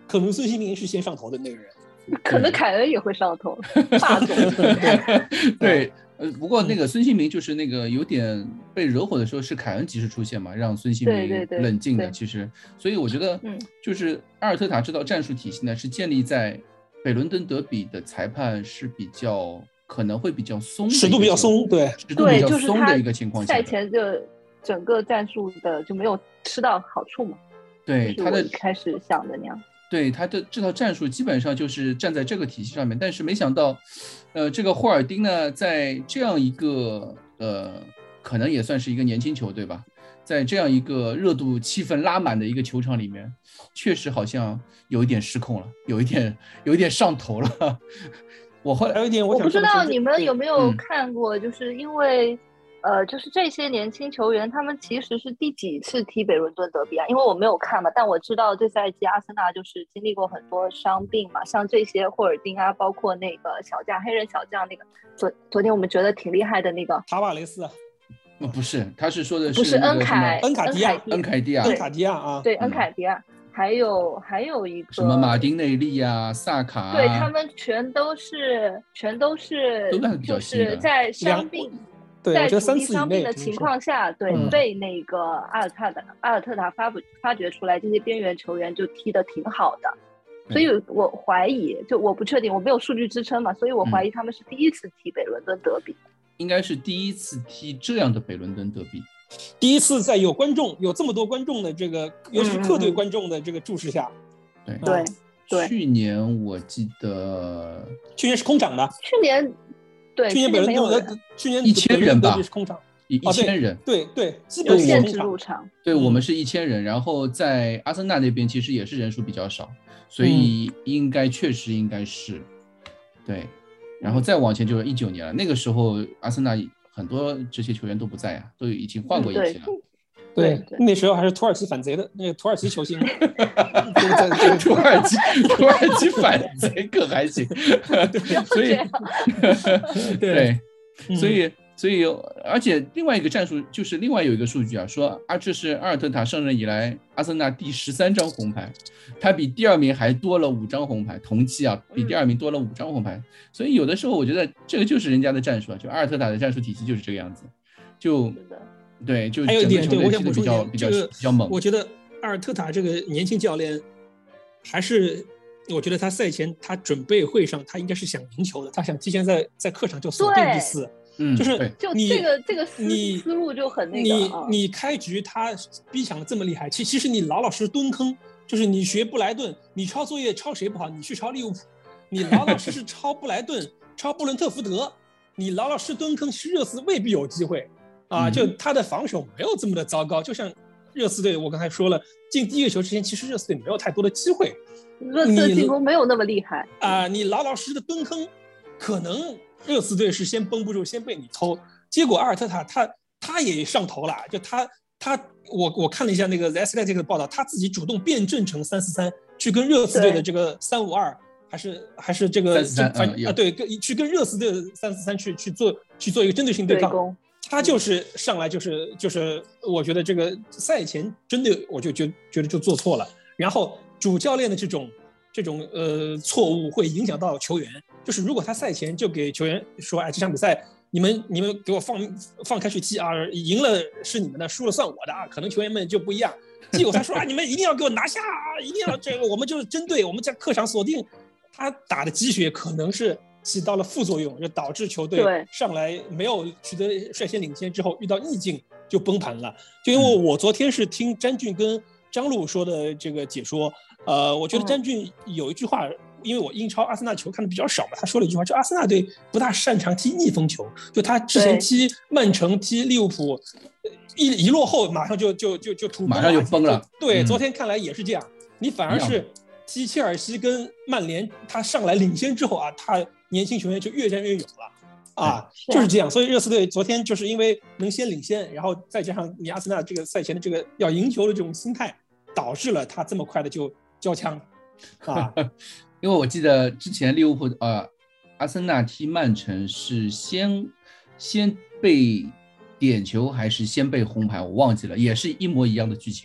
[SPEAKER 7] 可能孙兴民是先上头的那个人，
[SPEAKER 6] 可能凯恩也会上头，霸总。
[SPEAKER 5] 对，不过那个孙兴民就是那个有点被惹火的时候，是凯恩及时出现嘛，让孙兴民冷静的。其实，所以我觉得，就是阿尔特塔这套战术体系呢，是建立在北伦敦德比的裁判是可能会比较松，
[SPEAKER 7] 尺度比较松，对，
[SPEAKER 5] 尺度比较松的一个情况下，
[SPEAKER 6] 赛前的整个战术的就没有吃到好处嘛。
[SPEAKER 5] 对，他的
[SPEAKER 6] 一开始想的那样。
[SPEAKER 5] 对，他的这套战术基本上就是站在这个体系上面，但是没想到，这个霍尔丁呢，在这样一个可能也算是一个年轻球队吧，在这样一个热度气氛拉满的一个球场里面，确实好像有一点失控了，有一点上头了。我后来有一点，
[SPEAKER 6] 我不知道你们有没有看过，就是因为。就是这些年轻球员，他们其实是第几次踢北伦敦德比啊？因为我没有看嘛，但我知道这赛季阿森纳就是经历过很多伤病嘛，像这些霍尔丁啊，包括那个小将黑人小将那个，昨天我们觉得挺厉害的那个
[SPEAKER 7] 塔瓦雷斯啊，
[SPEAKER 5] 不是，他是说的是
[SPEAKER 6] 不是恩凯
[SPEAKER 7] 迪亚
[SPEAKER 5] 啊，
[SPEAKER 6] 对，恩凯迪亚，还有一个
[SPEAKER 5] 什么马丁内利啊、萨卡啊，
[SPEAKER 6] 对他们全都是就是在伤病。在主力伤病的情况下，对被那个阿尔特塔发掘出来，这些边缘球员就踢得挺好的，所以我怀疑，就我不确定，我没有数据支撑嘛，所以我怀疑他们是第一次踢北伦敦德比，
[SPEAKER 5] 应该是第一次踢这样的北伦敦德比，
[SPEAKER 7] 第一次在有这么多观众的这个，尤其是客队观众的这个注视下，
[SPEAKER 6] 对，
[SPEAKER 5] 去年我记得，
[SPEAKER 7] 去年是空场的，
[SPEAKER 6] 去年
[SPEAKER 7] 北伦敦德，去年
[SPEAKER 5] 1000人吧，
[SPEAKER 7] 是空场
[SPEAKER 5] ，1000人，
[SPEAKER 7] 对，基本
[SPEAKER 6] 限制入场。
[SPEAKER 5] 对，我们是1000人，然后在阿森纳那边其实也是人数比较少，所以确实应该是，对，然后再往前就是19年了，那个时候阿森纳很多这些球员都不在啊，都已经换过一批了。
[SPEAKER 7] 对，那时候还是土耳其反贼的那个土耳其球星，
[SPEAKER 5] 土耳其反贼可还行，所以对，所以而且另外一个战术就是另外有一个数据啊，说这是阿尔特塔上任以来阿森纳第13张红牌，他比第2名还多了5张红牌，同期啊比第2名多了5张红牌，所以有的时候我觉得这个就是人家的战术啊，就阿尔特塔的战术体系就是这个样子，就。对，就
[SPEAKER 7] 还有一点，对，我想补充一点，
[SPEAKER 5] 比较猛。
[SPEAKER 7] 我觉得阿尔特塔这个年轻教练，还是我觉得他赛前他准备会上，他应该是想赢球的，他想提前在客场就锁定第4，就是
[SPEAKER 6] 这个思路就很那个。
[SPEAKER 7] 你开局他逼抢的这么厉害，其实你老实蹲坑，就是你学布莱顿，你抄作业抄谁不好，你去抄利物浦，你老实抄布莱顿，抄布伦特福德，你老实蹲坑，其实热刺未必有机会。就他的防守没有这么的糟糕，就像热刺队，我刚才说了，进第1个球之前，其实热刺队没有太多的机会，
[SPEAKER 6] 热刺进攻没有那么厉害
[SPEAKER 7] 你老实的蹲坑，可能热刺队是先绷不住，先被你偷，结果阿尔特塔他也上头了，就我看了一下那个 The Athletic 的报道，他自己主动变阵成3-4-3，去跟热刺队的这个3-5-2。还是这个对，去跟热刺队的3-4-3去做一个针对性对抗。他就是上来就是我觉得这个赛前真的我就觉得就做错了，然后主教练的这种错误会影响到球员，就是如果他赛前就给球员说，这场比赛你们给我放开去踢啊，赢了是你们的，输了算我的啊，可能球员们就不一样。结果他说你们一定要给我拿下，一定要这个，我们就是针对我们在客场锁定，他打的鸡血可能是起到了副作用，就导致球队上来没有取得率先领先之后遇到逆境就崩盘了。就因为我昨天是听詹俊跟张璐说的这个解说，我觉得詹俊有一句话，因为我英超阿森纳球看的比较少嘛，他说了一句话，就阿森纳队不大擅长踢逆风球，就他之前踢曼城、踢利物浦，一落后马上就土崩，
[SPEAKER 5] 马上就崩了。
[SPEAKER 7] 对，昨天看来也是这样，你反而是踢切尔西跟曼联，他上来领先之后他年轻球员就越战越勇了就是这样。所以热刺队昨天就是因为能先领先，然后再加上你阿森纳这个赛前的这个要赢球的这种心态，导致了他这么快的就交枪
[SPEAKER 5] 因为我记得之前利物浦阿森纳踢曼城是先被点球还是先被红牌，我忘记了，也是一模一样的剧情，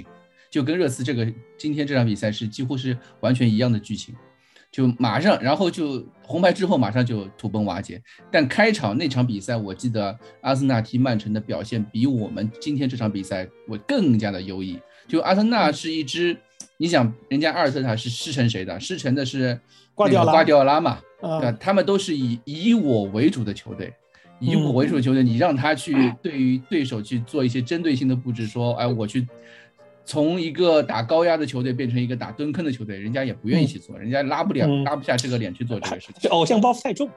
[SPEAKER 5] 就跟热刺今天这场比赛是几乎是完全一样的剧情，就马上，然后就红牌之后马上就土崩瓦解。但开场那场比赛，我记得阿森纳踢曼城的表现比我们今天这场比赛我更加的优异。就阿森纳是一支，你想人家阿尔特塔是师承谁的？师承的是瓜迪奥拉嘛，对吧？他们都是以我为主的球队。以我为主的球队，你让他去对于对手去做一些针对性的布置，说，哎，我去从一个打高压的球队变成一个打蹲坑的球队，人家也不愿意去做，人家拉不下这个脸去做这个事情。
[SPEAKER 7] 这偶像包袱太重。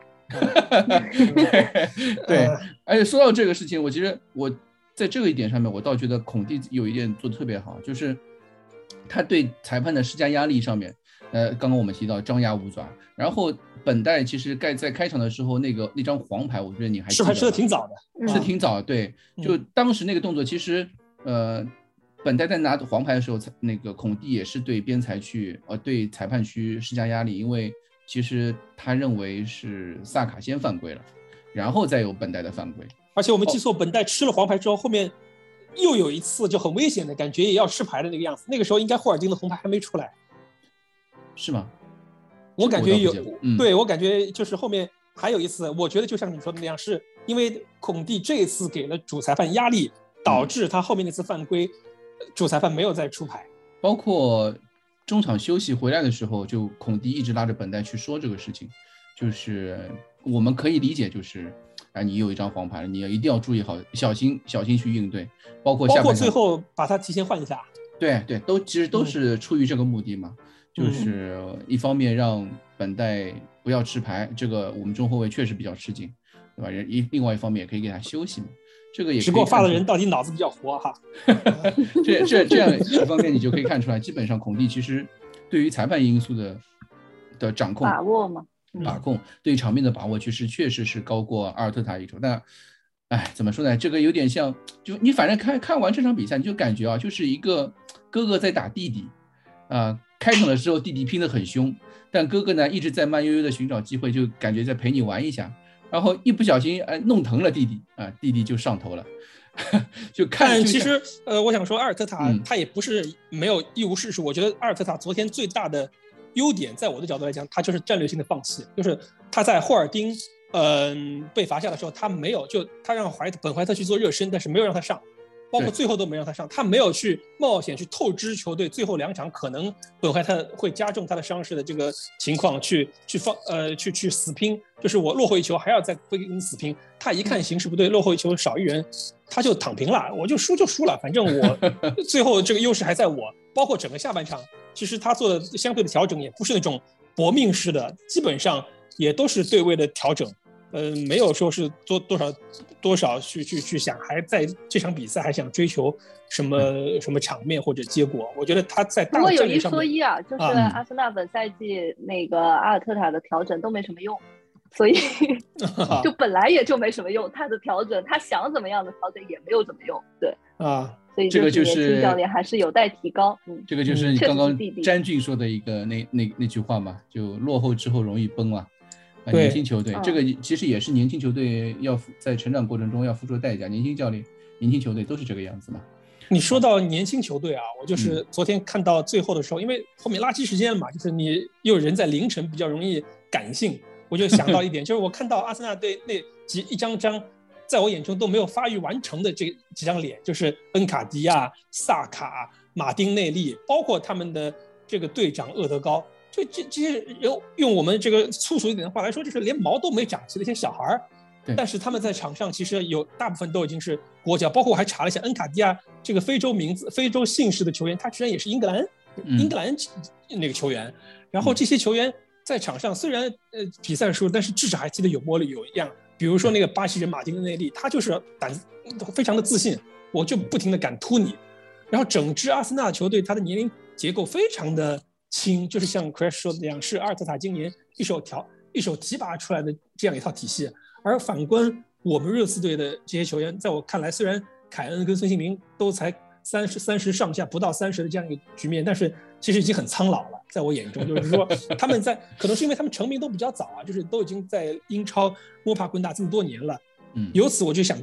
[SPEAKER 5] 对，而且说到这个事情，我其实我在这个一点上面，我倒觉得孔蒂有一点做得特别好，就是他对裁判的施加压力上面，刚刚我们提到张牙舞爪，然后本代其实在开场的时候那张黄牌，我觉得你还记得
[SPEAKER 7] 是挺早的，
[SPEAKER 5] 是挺早的，对，就当时那个动作，其实本代在拿黄牌的时候，那个孔蒂也是对边裁去对裁判区施加压力，因为其实他认为是萨卡先犯规了，然后再有本代的犯规，
[SPEAKER 7] 而且我们记错，本代吃了黄牌之后，后面又有一次就很危险的感觉，也要吃牌的那个样子，那个时候应该霍尔丁的红牌还没出来，
[SPEAKER 5] 是吗？
[SPEAKER 7] 我感觉有，对，我感觉就是后面还有一次，我觉得就像你说的那样，是因为孔蒂这一次给了主裁判压力，导致他后面那次犯规，主裁判没有再出牌。
[SPEAKER 5] 包括中场休息回来的时候，就孔蒂一直拉着本代去说这个事情，就是我们可以理解，就是你有一张黄牌了，你一定要注意好，小心去应对，包括
[SPEAKER 7] 最后把他提前换一下。
[SPEAKER 5] 对，其实都是出于这个目的嘛。就是一方面让本代不要吃牌，这个我们中后卫确实比较吃惊，对吧？另外一方面也可以给他休息嘛，这个也可以。
[SPEAKER 7] 吃过发的人到底脑子比较活哈。
[SPEAKER 5] 这样一方面你就可以看出来，基本上孔蒂其实对于裁判因素的掌控
[SPEAKER 6] 把握嘛，
[SPEAKER 5] 把控对场面的把握，确实是高过阿尔特塔一筹。但怎么说呢？这个有点像，就你反正看完这场比赛，你就感觉就是一个哥哥在打弟弟开场的时候弟弟拼得很凶，但哥哥呢一直在慢悠悠的寻找机会，就感觉在陪你玩一下，然后一不小心弄疼了弟弟弟弟就上头了。
[SPEAKER 7] 但其实我想说阿尔特塔他也不是没有一无是处，我觉得阿尔特塔昨天最大的优点，在我的角度来讲，他就是战略性的放弃，就是他在霍尔丁被罚下的时候，他没有，就他让本怀特去做热身，但是没有让他上，包括最后都没让他上，他没有去冒险去透支球队最后2场可能本怀特会加重他的伤势的这个情况，去死拼，就是我落后一球还要再跟你死拼。他一看形势不对，落后一球少一人，他就躺平了，我就输了，反正我最后这个优势还在我。包括整个下半场，其实他做的相对的调整也不是那种搏命式的，基本上也都是对位的调整。没有说是多少去想，还在这场比赛还想追求什么场面或者结果。我觉得他在大的战略上面，
[SPEAKER 6] 不过有一说一啊，就是阿森纳本赛季那个阿尔特塔的调整都没什么用，所以就本来也就没什么用，他的调整他想怎么样的调整也没有怎么用，对所以
[SPEAKER 5] 这个就是
[SPEAKER 6] 年轻教练还是有待提高。
[SPEAKER 5] 这个就是你刚刚詹俊说的一个那句话嘛，就落后之后容易崩嘛。年轻球队，这个其实也是年轻球队要在成长过程中要付出的代价。年轻教练、年轻球队都是这个样子嘛。
[SPEAKER 7] 你说到年轻球队我就是昨天看到最后的时候，因为后面拉期时间了嘛，就是你又人在凌晨比较容易感性，我就想到一点，就是我看到阿森纳队那一张在我眼中都没有发育完成的这几张脸，就是恩卡迪亚、萨卡、马丁内利，包括他们的这个队长厄德高。就这些人用我们这个粗俗一点的话来说，就是连毛都没长齐的一些小孩但是他们在场上其实有大部分都已经是国脚，包括我还查了一下恩卡迪亚这个非洲姓氏的球员，他居然也是英格兰那个球员。然后这些球员在场上虽然比赛输，但是至少还踢得有模有样。比如说那个巴西人马丁内利，他就是非常的自信，我就不停的敢突你。然后整支阿森纳球队他的年龄结构非常的轻，就是像 Crash 说的那样，是阿尔特塔今年一手提拔出来的这样一套体系。而反观我们热刺队的这些球员，在我看来，虽然凯恩跟孙兴民都才30上下，不到30的这样一个局面，但是其实已经很苍老了。在我眼中，就是说他们可能是因为他们成名都比较早就是都已经在英超摸爬滚打这么多年了。由此我就想到，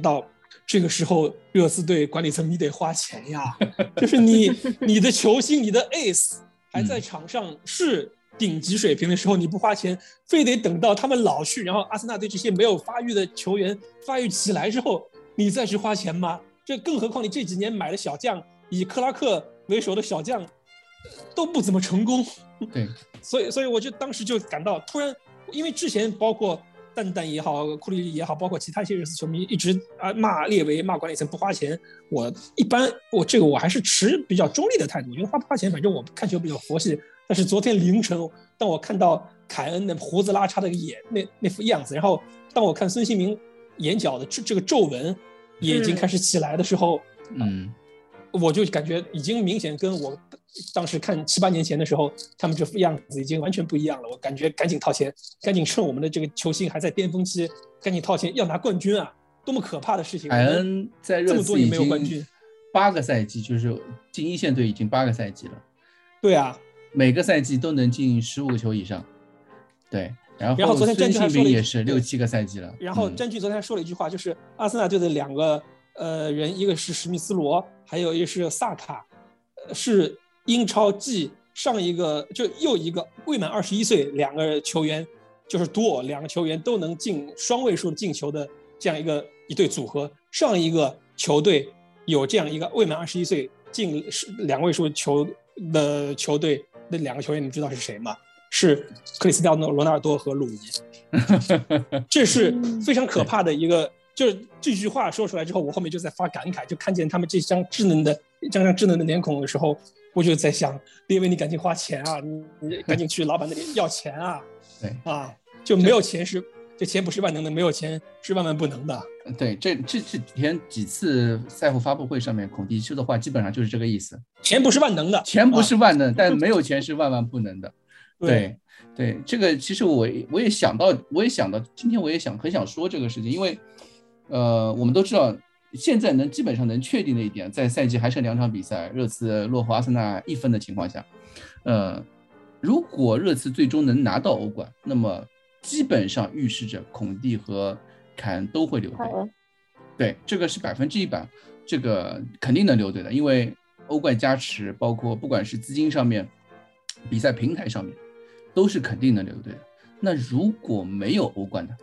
[SPEAKER 7] 这个时候热刺队管理层你得花钱呀，就是你的球星你的 ace 还在场上是顶级水平的时候，你不花钱，非得等到他们老去，然后阿森纳队这些没有发育的球员发育起来之后，你再去花钱吗？这更何况你这几年买的小将，以克拉克为首的小将都不怎么成功。
[SPEAKER 5] 对，
[SPEAKER 7] 所以我就当时就感到突然，因为之前包括蛋也好，库里也好，包括其他一些热刺球迷一直骂列维骂管理层不花钱，我一般我还是持比较中立的态度，我觉得花不花钱反正我看球比较佛系。但是昨天凌晨当我看到凯恩的胡子拉碴的那副样子，然后当我看孙兴民眼角的这个皱纹也已经开始起来的时候，我就感觉已经明显跟我当时看7、8年前的时候他们这副样子已经完全不一样了。我感觉赶紧掏钱，赶紧趁我们的这个球星还在巅峰期，赶紧掏钱要拿冠军啊！多么可怕的事情！
[SPEAKER 5] 凯恩在热刺已经8个赛季，就是进一线队已经8个赛季了。
[SPEAKER 7] 对啊，
[SPEAKER 5] 每个赛季都能进15个球以上。对，然后
[SPEAKER 7] 昨天詹俊还说了
[SPEAKER 5] 也是6、7个赛季了。
[SPEAKER 7] 然后詹俊昨天还说了一句话，就是阿森纳队的2个人，一个是史密斯罗，还有一个是萨卡，是英超继上一个就又一个未满21岁2个球员，就是2个球员都能进双位数进球的这样一对组合。上一个球队有这样一个未满21岁进2位数球的球队，那2个球员你知道是谁吗？是克里斯蒂亚诺·罗纳尔多和鲁尼。这是非常可怕的一个，就是这句话说出来之后，我后面就在发感慨，就看见他们这张智能的脸孔的时候，我就在想，列维你赶紧花钱啊，你赶紧去老板那里要钱啊。
[SPEAKER 5] 对啊，
[SPEAKER 7] 就没有钱是这钱不是万能的，没有钱是万万不能的。
[SPEAKER 5] 对，这几天几次赛后发布会上面孔蒂说的话基本上就是这个意思，
[SPEAKER 7] 钱不是万能的，
[SPEAKER 5] 钱不是万能，但没有钱是万万不能的。对，这个其实我也想到，今天我也很想说这个事情，因为我们都知道现在基本上能确定的一点，在赛季还剩2场比赛，热刺落后阿森纳1分的情况下，如果热刺最终能拿到欧冠，那么基本上预示着孔蒂和凯恩都会留队。对，这个是100%，这个肯定能留队的，因为欧冠加持，包括不管是资金上面、比赛平台上面，都是肯定能留队的。那如果没有欧冠呢？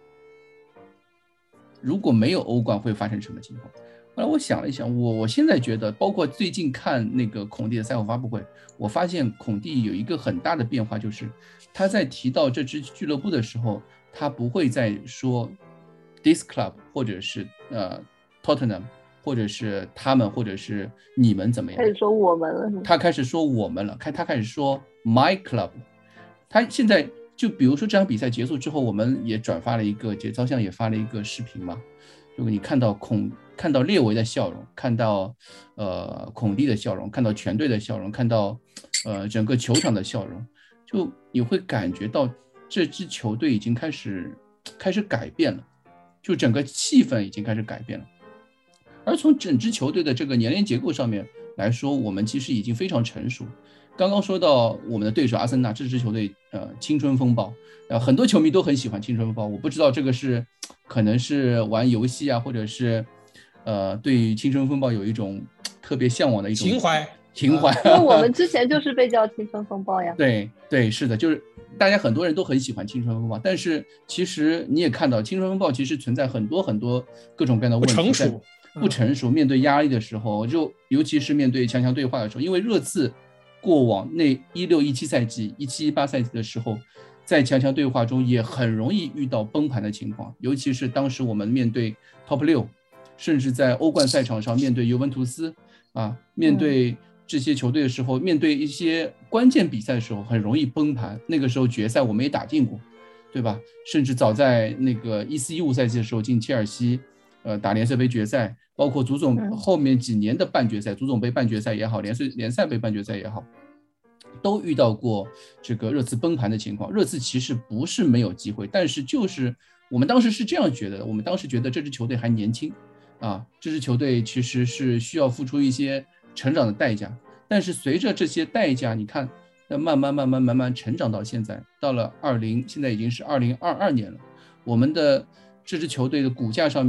[SPEAKER 5] 如果没有欧冠会发生什么情况？后来我想了一想，我现在觉得，包括最近看那个孔蒂的赛后发布会，我发现孔蒂有一个很大的变化，就是他在提到这支俱乐部的时候，他不会再说 this club 或者是Tottenham 或者是他们或者是你们怎么样，
[SPEAKER 6] 开始说我们了，
[SPEAKER 5] 他开始说我们了，他开始说 my club。他现在就比如说这场比赛结束之后，我们也转发了一个节操巷也发了一个视频嘛，如果你看到列维的笑容，看到孔蒂的笑容，看到全队的笑容，看到整个球场的笑容，就你会感觉到这支球队已经开始改变了，就整个气氛已经开始改变了。而从整支球队的这个年龄结构上面来说，我们其实已经非常成熟。刚刚说到我们的对手阿森纳这支球队，青春风暴，很多球迷都很喜欢青春风暴。我不知道这个是可能是玩游戏啊，或者是对于青春风暴有一种特别向往的一种情怀。
[SPEAKER 6] 因为我们之前就是被叫青春风暴呀。
[SPEAKER 5] 对，是的，就是大家很多人都很喜欢青春风暴，但是其实你也看到青春风暴其实存在很多各种各样的问题，不成熟，面对压力的时候，就尤其是面对强强对话的时候，因为热刺过往那16-17赛季、17-18赛季的时候，在强强对话中也很容易遇到崩盘的情况，尤其是当时我们面对 Top 6，甚至在欧冠赛场上面对尤文图斯面对这些球队的时候，面对一些关键比赛的时候很容易崩盘。那个时候决赛我们也打进过，对吧？甚至早在那个14-15赛季的时候进切尔西，打联赛杯决赛，包括足总后面几年的半决赛，足总杯半决赛也好，联赛杯半决赛也好，都遇到过这个热刺崩盘的情况。热刺其实不是没有机会，但是就是我们当时是这样觉得的，我们当时觉得这支球队还年轻这支球队其实是需要付出一些成长的代价。但是随着这些代价，你看慢慢成长到现在，到了现在已经是2022年了，我们的这支球队的骨架上面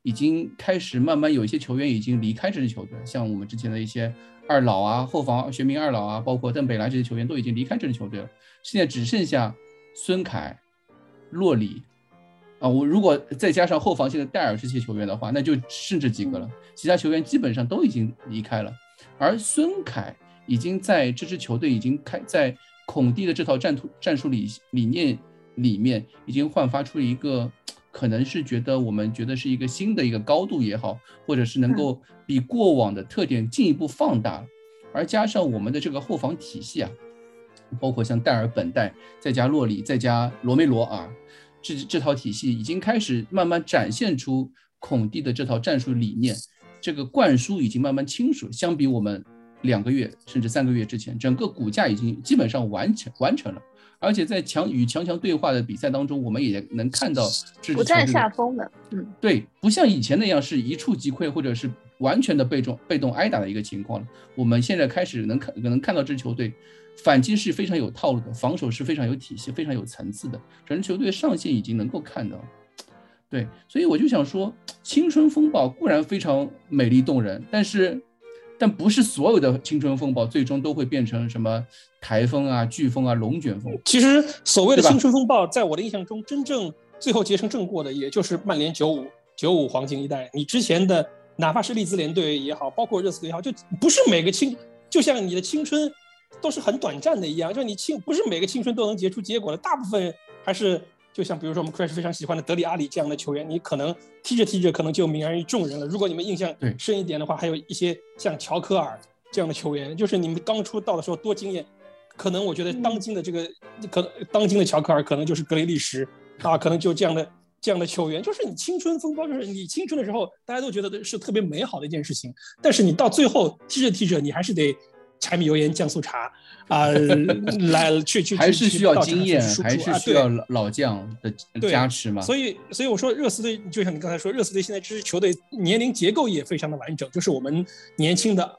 [SPEAKER 5] 已经开始慢慢有一些球员已经离开这支球队，像我们之前的一些二老啊、后防玄冥二老啊，包括邓北来这些球员都已经离开这支球队了。现在只剩下孙凯、洛里啊，我如果再加上后防线的戴尔这些球员的话，那就剩这几个了。其他球员基本上都已经离开了，而孙凯已经在这支球队已经在孔蒂的这套战术理念里面已经焕发出一个。可能是我们觉得是一个新的一个高度也好，或者是能够比过往的特点进一步放大，而加上我们的这个后防体系啊，包括像戴尔、本代，再加洛里，再加罗梅罗啊，这套体系已经开始慢慢展现出孔蒂的这套战术理念，这个灌输已经慢慢清楚。相比我们2个月甚至3个月之前，整个骨架已经基本上完成了。而且在与强对话的比赛当中，我们也能看到
[SPEAKER 6] 不占下风的，
[SPEAKER 5] 对，不像以前那样是一触即溃，或者是完全的被动挨打的一个情况了。我们现在开始能看到这支球队反击是非常有套路的，防守是非常有体系、非常有层次的，整支球队上限已经能够看到。对，所以我就想说，青春风暴固然非常美丽动人，但不是所有的青春风暴最终都会变成什么台风啊、飓风啊、龙卷风。
[SPEAKER 7] 其实所谓的青春风暴，在我的印象中，真正最后结成正果的，也就是曼联95黄金一代。你之前的哪怕是利兹联队也好，包括热刺队也好，就不是每个就像你的青春都是很短暂的一样，就你不是每个青春都能结出结果的，大部分还是。就像比如说我们 Crash 非常喜欢的德里阿里这样的球员，你可能踢着可能就泯然于众人了。如果你们印象深一点的话，还有一些像乔科尔这样的球员，就是你们刚出道的时候多惊艳，可能我觉得当今的乔科尔可能就是格雷利什啊，可能就这样的球员，就是你青春风暴，就是你青春的时候大家都觉得是特别美好的一件事情，但是你到最后踢着你还是得柴米油盐酱醋茶啊，来去
[SPEAKER 5] 还是需要经验，还是需要老将的加持嘛。
[SPEAKER 7] 所以我说热刺队，就像你刚才说，热刺队现在这支球队年龄结构也非常的完整，就是我们年轻的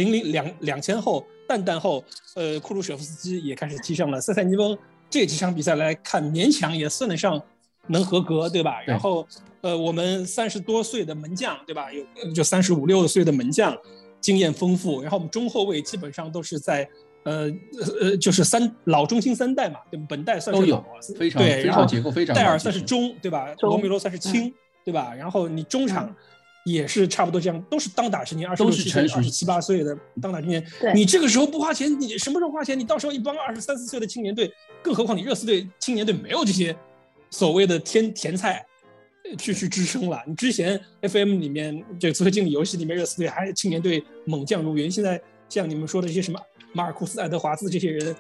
[SPEAKER 7] 2000后、蛋后，库鲁舍夫斯基也开始踢上了，塞塞尼翁这几场比赛来看，勉强也算得上能合格，对吧？然后我们30多岁的门将，对吧？就35、6岁的门将。经验丰富，然后我们中后卫基本上都是在就是老中新3代嘛，对吧？本代算是老，
[SPEAKER 5] 非常
[SPEAKER 7] 对，然后
[SPEAKER 5] 结构非常
[SPEAKER 7] 戴尔算是中，对吧？罗梅罗算是轻，对吧？然后你中场也是差不多这样，都是当打之年，26、27、28岁的当打之年。你这个时候不花钱，你什么时候花钱？你到时候一帮23、24岁的青年队，更何况你热刺队青年队没有这些所谓的甜菜。去支撑了。你之前 FM 里面这个足球经理游戏里面，热刺队还青年队猛将如云，现在像你们说的这些什么马尔库斯、爱德华兹这些人，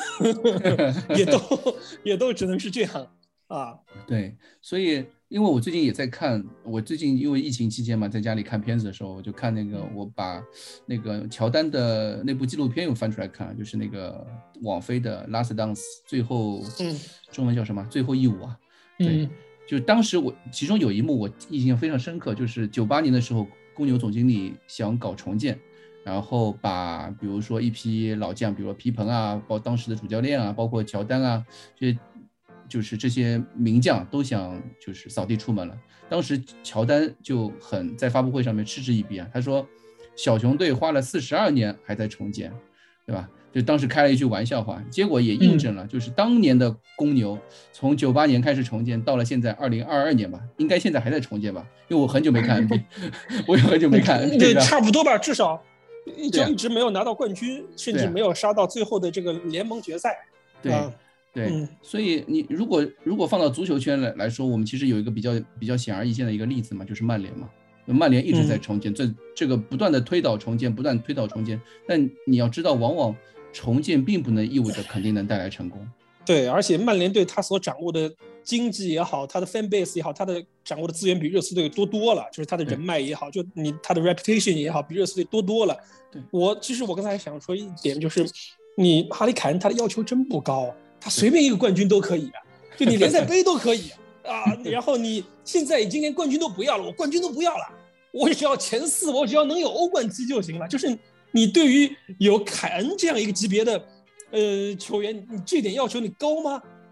[SPEAKER 7] 也都只能是这样啊。
[SPEAKER 5] 对，所以因为我最近也在看，我最近因为疫情期间嘛，在家里看片子的时候，我就看我把那个乔丹的那部纪录片又翻出来看，就是那个网飞的《Last Dance》最后，中文叫什么？最后一舞啊。对。就当时其中有一幕我印象非常深刻，就是98年的时候，公牛总经理想搞重建，然后把比如说一批老将，比如说皮蓬啊，包括当时的主教练啊，包括乔丹啊，就是这些名将都想就是扫地出门了。当时乔丹就在发布会上面嗤之以鼻啊，他说小熊队花了42年还在重建，对吧？就当时开了一句玩笑话，结果也印证了，就是当年的公牛从98年开始重建，到了现在2022年吧，应该现在还在重建吧？因为我很久没看 NBA， 我也很久没看 NBA，
[SPEAKER 7] 对，差不多吧，至少一直没有拿到冠军，甚至没有杀到最后的这个联盟决赛。
[SPEAKER 5] 对，所以你如果放到足球圈来说，我们其实有一个比较显而易见的一个例子嘛，就是曼联嘛。曼联一直在重建，这个不断的推倒重建，但你要知道，往往重建并不能意味着肯定能带来成功。
[SPEAKER 7] 对，而且曼联队他所掌握的经济也好，他的 fan base 也好，他的掌握的资源比热刺队多了，就是他的人脉也好，就他的 reputation 也好，比热刺队多了。对，其实我刚才想说一点，就是你哈里凯恩他的要求真不高，他随便一个冠军都可以啊，就你联赛杯都可以啊，然后你现在已经连冠军都不要了，我冠军都不要了，我只要前4，我只要能有欧冠踢就行了。就是你对于有凯恩这样一个级别的球员，你这点要求你高吗？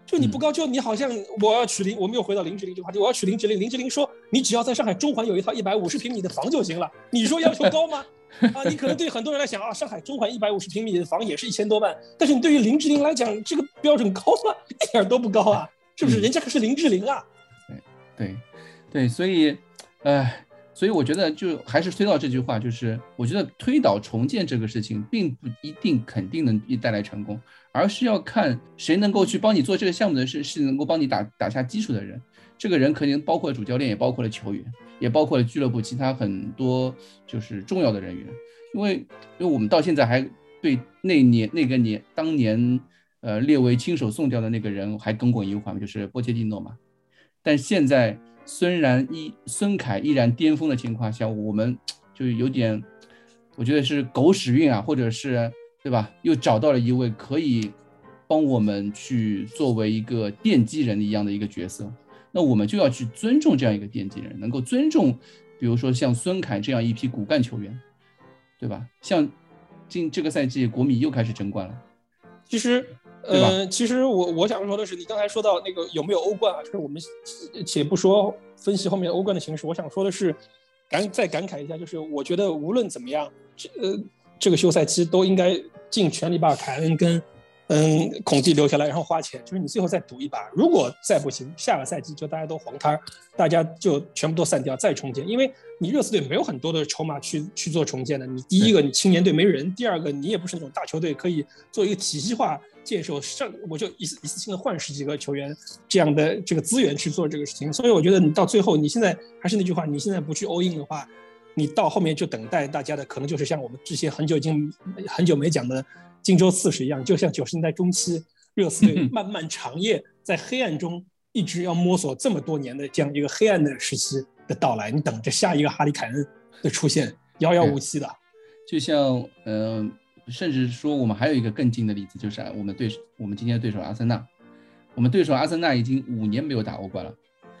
[SPEAKER 7] 就你不高，就你好像我们又回到林志玲这个话题，我要娶林志玲，林志玲说你只要在上海中环有一套150平米的房就行了，你说要求高吗？啊，你可能对很多人来讲啊，上海中环150平米的房也是1000多万，但是你对于林志玲来讲，这个标准高吗？一点都不高啊，是不是？人家可是林志玲啊。
[SPEAKER 5] 对，所以我觉得就还是推到这句话，就是我觉得推倒重建这个事情并不一定肯定能带来成功，而是要看谁能够去帮你做这个项目的是能够帮你打下基础的人。这个人可能包括了主教练，也包括了球员，也包括了俱乐部其他很多就是重要的人员。因为我们到现在还对当年列为亲手送掉的那个人还耿耿于怀，就是波切蒂诺嘛。但现在孙凯依然巅峰的情况下，我们就有点，我觉得是狗屎运啊，或者是对吧？又找到了一位可以帮我们去作为一个奠基人一样的一个角色，那我们就要去尊重这样一个奠基人，能够尊重，比如说像孙凯这样一批骨干球员，对吧？像这个赛季国米又开始争冠了，
[SPEAKER 7] 其实我想说的是，你刚才说到那个有没有欧冠啊，就是我们且不说分析后面欧冠的形势，我想说的是，再感慨一下，就是我觉得无论怎么样，这个休赛期都应该尽全力把凯恩跟孔蒂留下来，然后花钱，就是你最后再赌一把，如果再不行，下个赛季就大家都黄摊，大家就全部都散掉再重建，因为你热刺队没有很多的筹码去做重建的。你第一个你青年队没人，第二个你也不是那种大球队可以做一个体系化建设，我就一次性的换10几个球员这样的这个资源去做这个事情。所以我觉得你到最后，你现在还是那句话，你现在不去 all in 的话，你到后面就等待大家的可能就是像我们之前很久没讲的荆州刺史一样，就像90年代中期热刺队漫漫长夜在黑暗中一直要摸索这么多年的这样一个黑暗的时期的到来，你等着下一个哈里凯恩的出现，遥遥无期的。
[SPEAKER 5] 就像甚至说我们还有一个更近的例子，就是我们今天的对手阿森纳，我们对手阿森纳已经5年没有打欧冠了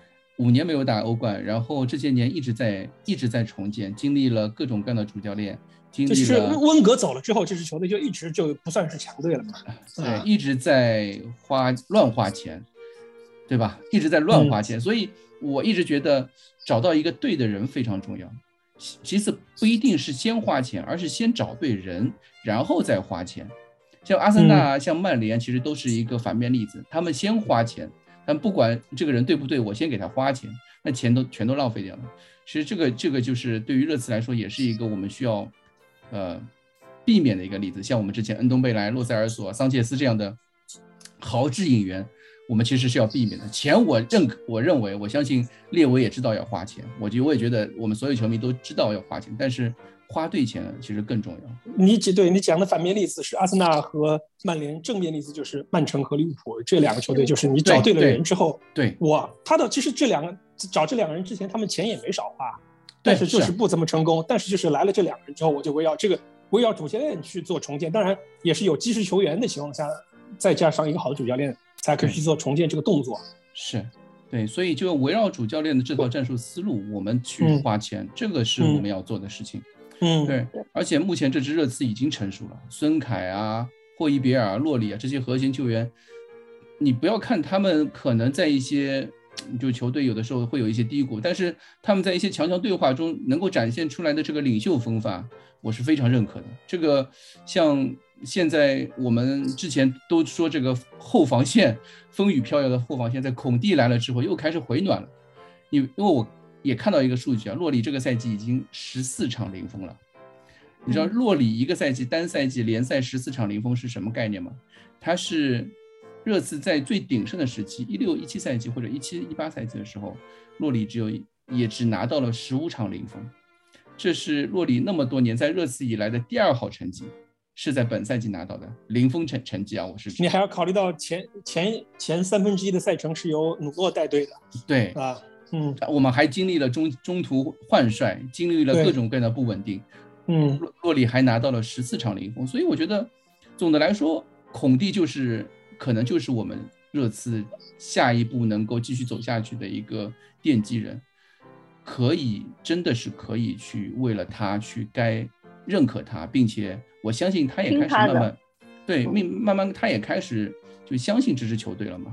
[SPEAKER 5] ，5年没有打欧冠，然后这些年一直在重建，经历了各种各样的主教练，
[SPEAKER 7] 就是温格走了之后，这支球队就一直就不算是强队了嘛。
[SPEAKER 5] 对，一直在乱花钱，对吧？一直在乱花钱，所以我一直觉得找到一个对的人非常重要。其次不一定是先花钱，而是先找对人，然后再花钱。像阿森纳、像曼联，其实都是一个反面例子，他们先花钱，但不管这个人对不对，我先给他花钱，那钱全都浪费掉了。其实这个就是对于热刺来说，也是一个我们需要避免的一个例子。像我们之前恩东贝莱、洛塞尔索、桑切斯这样的豪掷引援，我们其实是要避免的。钱我认为我相信列维也知道要花钱，我也觉得我们所有球迷都知道要花钱，但是花对钱其实更重要。
[SPEAKER 7] 你讲的反面例子是阿森纳和曼联，正面例子就是曼城和利物浦这两个球队，就是你找对了人之后，其实找这两个人之前他们钱也没少花，但是就是不怎么成功。但是就是来了这两个人之后，我就围绕主教练去做重建，当然也是有基石球员的情况下，再加上一个好的主教练才可以去做重建这个动作。
[SPEAKER 5] 是对，所以就围绕主教练的这套战术思路，我们去花钱，这个是我们要做的事情。对，而且目前这支热刺已经成熟了，孙凯啊、霍伊别尔、洛里啊这些核心球员，你不要看他们可能在一些就球队有的时候会有一些低谷，但是他们在一些强强对话中能够展现出来的这个领袖风范，我是非常认可的。这个像现在我们之前都说这个后防线风雨飘摇的后防线，在孔蒂来了之后又开始回暖了。因为我也看到一个数据啊，洛里这个赛季已经14场零封了。你知道洛里一个赛季单赛季联赛14场零封是什么概念吗？他是热刺在最鼎盛的时期16-17赛季或者17-18赛季的时候，洛里也只拿到了15场零封，这是洛里那么多年在热刺以来的第2好成绩，是在本赛季拿到的零封成绩啊！你
[SPEAKER 7] 还要考虑到前1/3的赛程是由努诺带队的，
[SPEAKER 5] 对啊，我们还经历了中途换帅，经历了各种各样的不稳定，洛里还拿到了14场零封，所以我觉得总的来说，孔蒂可能就是我们热刺下一步能够继续走下去的一个奠基人，真的是可以去为了他去该认可他，并且我相信他也开始慢慢他也开始就相信这支球队了嘛。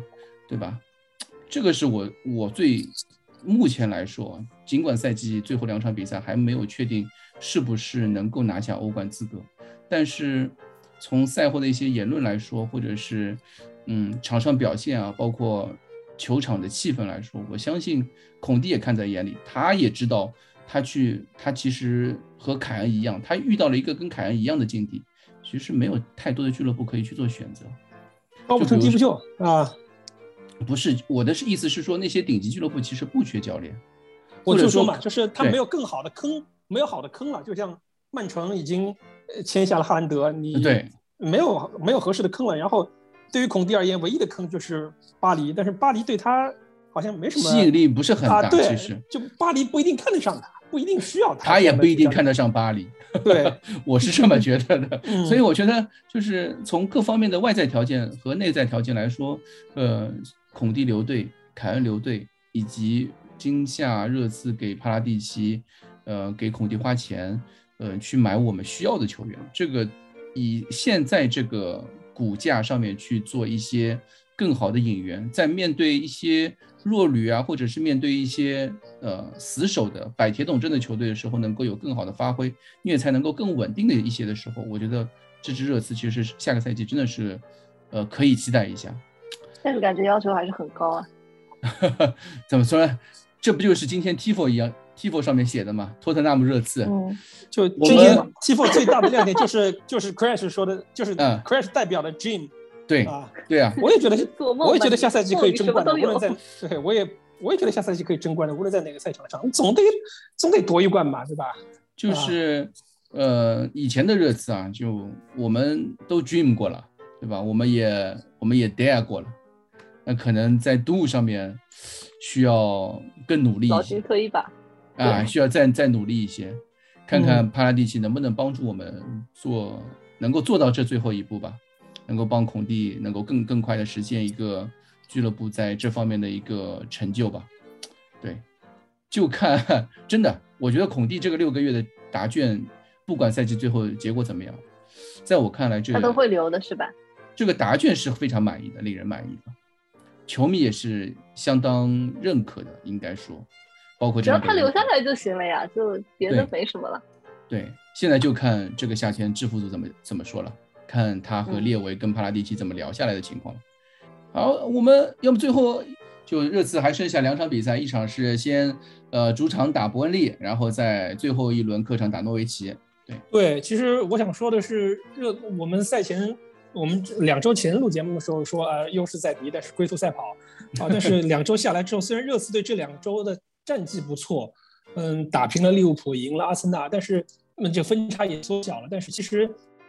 [SPEAKER 5] 对吧？这个是我最目前来说，尽管赛季最后2场比赛还没有确定是不是能够拿下欧冠资格，但是从赛后的一些言论来说，或者是场上表现啊，包括球场的气氛来说，我相信孔蒂也看在眼里，他也知道他其实和凯恩一样，他遇到了一个跟凯恩一样的境地，其实没有太多的俱乐部可以去做选择，
[SPEAKER 7] 高不成低不就啊。
[SPEAKER 5] 不是，我的意思是说，那些顶级俱乐部其实不缺教练。
[SPEAKER 7] 我就说嘛，就是他没有更好的坑，没有好的坑了。就像曼城已经签下了哈兰德，你
[SPEAKER 5] 对
[SPEAKER 7] 没有合适的坑了。然后对于孔蒂而言，唯一的坑就是巴黎，但是巴黎对他好像没什么
[SPEAKER 5] 吸引力，不是很大。
[SPEAKER 7] 对，
[SPEAKER 5] 其实
[SPEAKER 7] 就巴黎不一定看得上他，不一定需要他，
[SPEAKER 5] 他也不一定看得上巴黎。
[SPEAKER 7] 对，
[SPEAKER 5] 我是这么觉得的。所以我觉得就是从各方面的外在条件和内在条件来说，孔蒂留队，凯恩留队，以及今夏热刺给帕拉蒂奇，给孔蒂花钱，去买我们需要的球员，这个以现在这个股价上面去做一些更好的引援，在面对一些弱旅啊，或者是面对一些死守的摆铁桶阵的球队的时候，能够有更好的发挥，虐才能够更稳定的一些的时候，我觉得这支热刺其实下个赛季真的是可以期待一下。
[SPEAKER 6] 但是感觉要求还是很高啊。
[SPEAKER 5] 怎么说呢？这不就是今天 Tifo 一样 ，Tifo 上面写的嘛？托特纳姆热刺。
[SPEAKER 7] 就今天 Tifo 最大的亮点就是 Crash 说的，就是 Crash 代表的 Dream。
[SPEAKER 5] 对
[SPEAKER 7] 啊，
[SPEAKER 5] 对啊，
[SPEAKER 7] 我也觉得下赛季可以争冠的，无论在对，我也觉得下赛季可以争冠的，无论在哪个赛场上，总得夺一冠吧，对吧？
[SPEAKER 5] 就是以前的热刺啊，就我们都 dream 过了，对吧？我们也 dare 过了，那可能在度上面需要更努力一些，
[SPEAKER 6] 老金推一把
[SPEAKER 5] 啊，需要再努力一些，看看帕拉蒂奇能不能帮助我们能够做到这最后一步吧。能够帮孔蒂能够更快的实现一个俱乐部在这方面的一个成就吧。对，就看真的，我觉得孔蒂这个6个月的答卷，不管赛季最后结果怎么样，在我看来他
[SPEAKER 6] 都会留的是吧？
[SPEAKER 5] 这个答卷是非常满意的，令人满意的，球迷也是相当认可的，应该说，包括
[SPEAKER 6] 只要他留下来就行了呀，就别的没什么了。
[SPEAKER 5] 对，现在就看这个夏天制服组怎么说了。看他和列维跟帕拉蒂奇怎么聊下来的情况。好，我们要么最后就热刺还剩下2场比赛，一场是先主场打伯恩利，然后在最后一轮客场打诺维奇。
[SPEAKER 7] 对，其实我想说的是，我们赛前我们2周前录节目的时候说优势在敌，但是龟兔赛跑啊。但是2周下来之后，虽然热刺队这2周的战绩不错，打平了利物浦，赢了阿森纳，但是这分差也缩小了。但是其实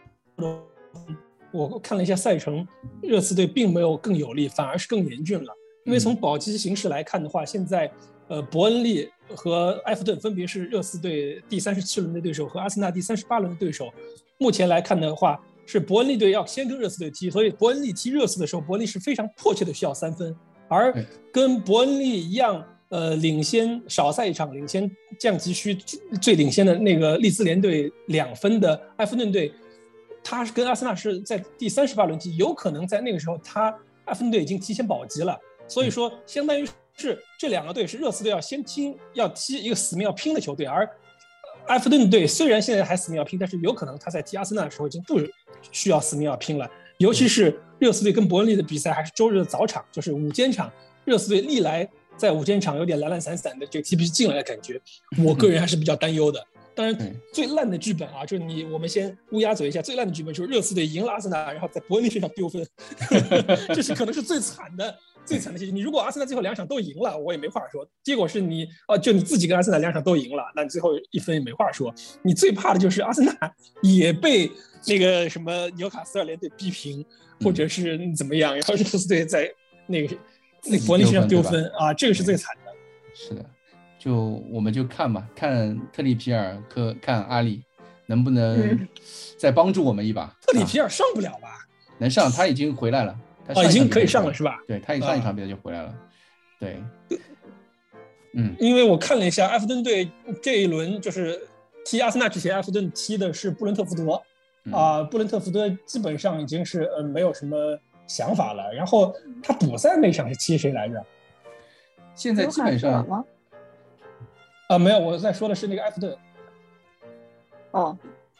[SPEAKER 7] 我看了一下赛程，热刺队并没有更有利，反而是更严峻了。因为从保级形势来看的话，现在伯恩利和埃弗顿分别是热刺队第37轮的对手和阿森纳第38轮的对手。目前来看的话，是伯恩利队要先跟热刺队踢，所以伯恩利踢热刺的时候，伯恩利是非常迫切的需要3分。而跟伯恩利一样，领先少赛一场，领先降级区最领先的那个利兹联队2分的埃弗顿队，他是跟阿森纳是在第38轮踢，有可能在那个时候埃弗顿队已经提前保级了。所以说相当于是这2个队是热刺队要踢一个死命要拼的球队，而埃弗顿队虽然现在还死命要拼，但是有可能他在踢阿森纳的时候已经不需要死命要拼了。尤其是热刺队跟伯恩利的比赛还是周日的早场，就是午间场，热刺队历来在午间场有点懒懒散散的这个踢不进来的感觉，我个人还是比较担忧的。当然最烂的剧本啊，就是我们先乌鸦嘴一下，最烂的剧本就是热刺队赢了阿森纳，然后在伯恩利身上丢分这是可能是最惨的结局。你如果阿森纳最后2场都赢了，我也没话说，结果是你自己跟阿森纳2场都赢了，那你最后1分也没话说。你最怕的就是阿森纳也被那个什么纽卡斯尔联队逼平，或者是怎么样，然后热刺队在那个伯恩利身上丢分啊，这个是最惨的。
[SPEAKER 5] 是的，我们就看吧，看特里皮尔看阿里能不能再帮助我们一把。
[SPEAKER 7] 特里皮尔上不了吧？
[SPEAKER 5] 能上，他已经回来了。
[SPEAKER 7] 已经可以上了是吧？
[SPEAKER 5] 对，他上一场比赛就回来了。对，
[SPEAKER 7] 因为我看了一下埃弗顿队这一轮就是踢阿森纳之前，埃弗顿踢的是布伦特福德布伦特福德基本上已经是没有什么想法了。然后他补赛那场是踢谁来着？
[SPEAKER 5] 现在基本上
[SPEAKER 6] 吗？
[SPEAKER 7] 没有，我在说的是那个埃弗顿。
[SPEAKER 6] 哦，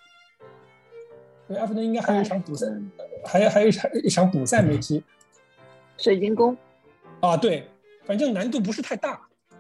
[SPEAKER 7] 埃弗顿应该还有一场补赛，还有一场补赛没踢。
[SPEAKER 6] 水晶宫。
[SPEAKER 7] 啊，对，反正难度不是太大。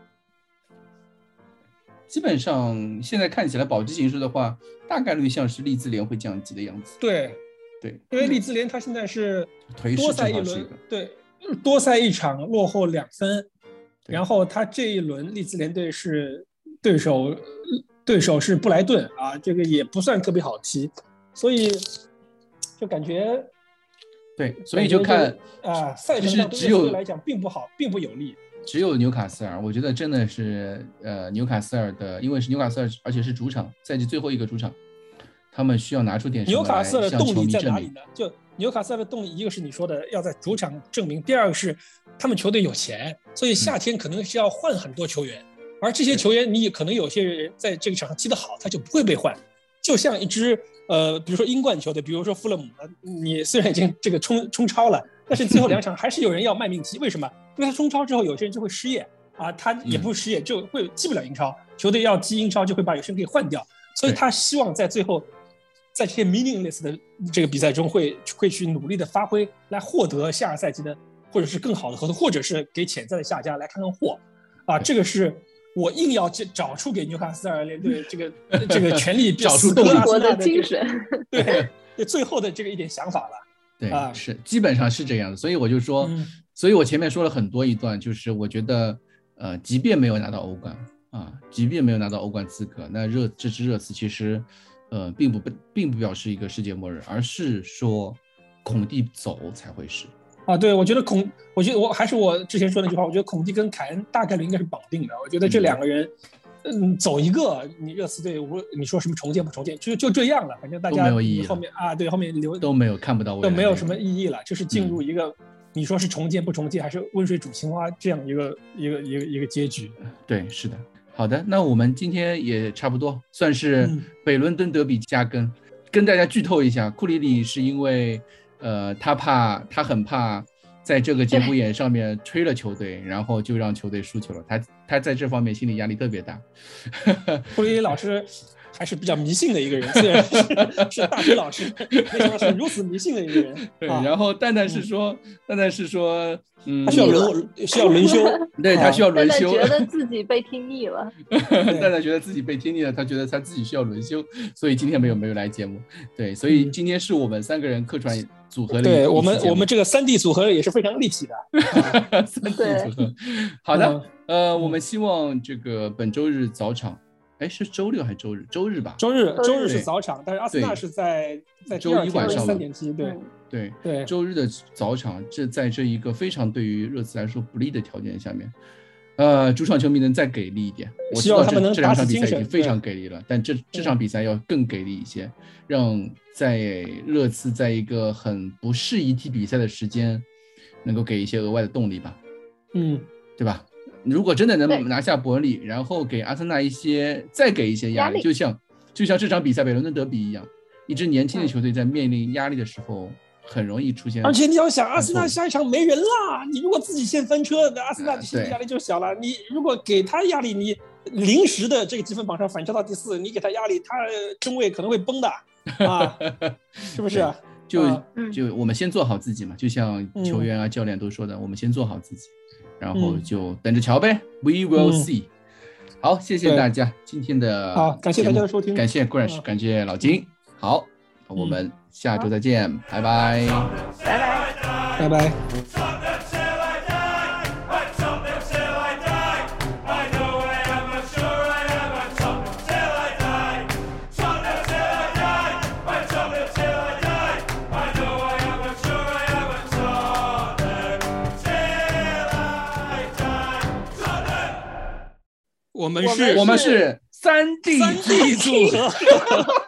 [SPEAKER 5] 基本上现在看起来保级形势的话，大概率像是利兹联会降级的样子。
[SPEAKER 7] 对，因为利兹联他现在是多赛一轮，对，多赛一场落后2分，然后他这一轮利兹联队是对手是布莱顿啊，这个也不算特别好踢，所以就感觉
[SPEAKER 5] 对，所以就看
[SPEAKER 7] 赛程上对队来讲并不好，并不有利。
[SPEAKER 5] 只有纽卡斯尔，我觉得真的是纽卡斯尔的，因为是纽卡斯尔，而且是主场，赛季最后一个主场，他们需要拿出点什么来向球迷证明。纽卡斯尔的动力在哪里呢？就纽卡斯尔的动力，一个是你说的要在主场证明，第二个是他们球队有钱，所以夏天可能是要换很多球员，而这些球员你可能有些人在这个场上踢得好，他就不会被换。就像一支比如说英冠球队，比如说富勒姆，你虽然已经这个冲超了，但是最后2场还是有人要卖命踢，为什么？因为他冲超之后，有些人就会失业啊，他也不失业，就会踢不了英超。球队要踢英超，就会把有些人给换掉，所以他希望在最后，在这些 meaningless 的这个比赛中会去努力的发挥，来获得下个赛季的或者是更好的合同，或者是给潜在的下家来看看货啊。这个是我硬要找出给纽卡斯尔联队这个权力找出中
[SPEAKER 6] 国的精神，
[SPEAKER 7] 对最后的这个一点想法了。
[SPEAKER 5] 对是基本上是这样的，所以我就说，所以我前面说了很多一段，就是我觉得即便没有拿到欧冠啊，即便没有拿到欧冠资格，那这支热刺其实并不表示一个世界末日，而是说孔蒂走才会是
[SPEAKER 7] 啊。对，我觉得我还是我之前说那句话，我觉得孔蒂跟凯恩大概率应该是绑定的。我觉得这2个人走一个，你热刺队你说什么重建不重建，就这样了，反正大家后面对后面留
[SPEAKER 5] 都没有看不到未来，
[SPEAKER 7] 都没有什么意义了，就是进入一个你说是重建不重建还是温水煮青蛙这样一个结局。对，
[SPEAKER 5] 是的。好的，那我们今天也差不多算是北伦敦德比加更，跟大家剧透一下，库里里是因为他很怕在这个节骨眼上面吹了球队，然后就让球队输球了。他在这方面心理压力特别大。
[SPEAKER 7] 库里老师还是比较迷信的一个人，虽然是大学老师，为什么是如此迷信的一个人？
[SPEAKER 5] 对，然后蛋蛋是说，
[SPEAKER 7] 他需要轮休，
[SPEAKER 5] 对，他需要轮休。
[SPEAKER 6] 蛋蛋觉得自己被听腻了，
[SPEAKER 5] 蛋蛋觉得自己被听腻了，他觉得他自己需要轮休，所以今天没有来节目。对，所以今天是我们3个人客串组合的。
[SPEAKER 7] 对，我们这个3D 组合也是非常立体的。
[SPEAKER 5] 3D 组合，好的，我们希望这个本周日早场。是周6还是周日？周日吧。周
[SPEAKER 7] 日是早场，但是阿森纳是在
[SPEAKER 5] 周1晚上
[SPEAKER 7] 3点踢。对，
[SPEAKER 5] 周日的早场，在这一个非常对于热刺来说不利的条件下面，主场球迷能再给力一点。我知道这2场比赛已经非常给力了，但这场比赛要更给力一些，让在热刺在一个很不适宜踢比赛的时间，能够给一些额外的动力吧。对吧？如果真的能拿下伯恩利，然后给阿森纳再给一些压力，就像这场比赛北伦敦德比一样，一支年轻的球队在面临压力的时候，很容易出现。
[SPEAKER 7] 而且你要想，阿森纳下一场没人啦，你如果自己先翻车，那阿森纳心理压力就小了。你如果给他压力，你临时的这个积分榜上反超到第4，你给他压力，他中卫可能会崩的啊，是不是？
[SPEAKER 5] 就我们先做好自己嘛，就像球员啊、教练都说的，我们先做好自己。然后就等着瞧呗 ，We will see。好，谢谢大家今天的
[SPEAKER 7] 感谢大家的收听，
[SPEAKER 5] 感谢 Grash， 感谢老金。好，我们下周再见，拜拜，
[SPEAKER 7] 拜拜。
[SPEAKER 5] 我们是3D 组合。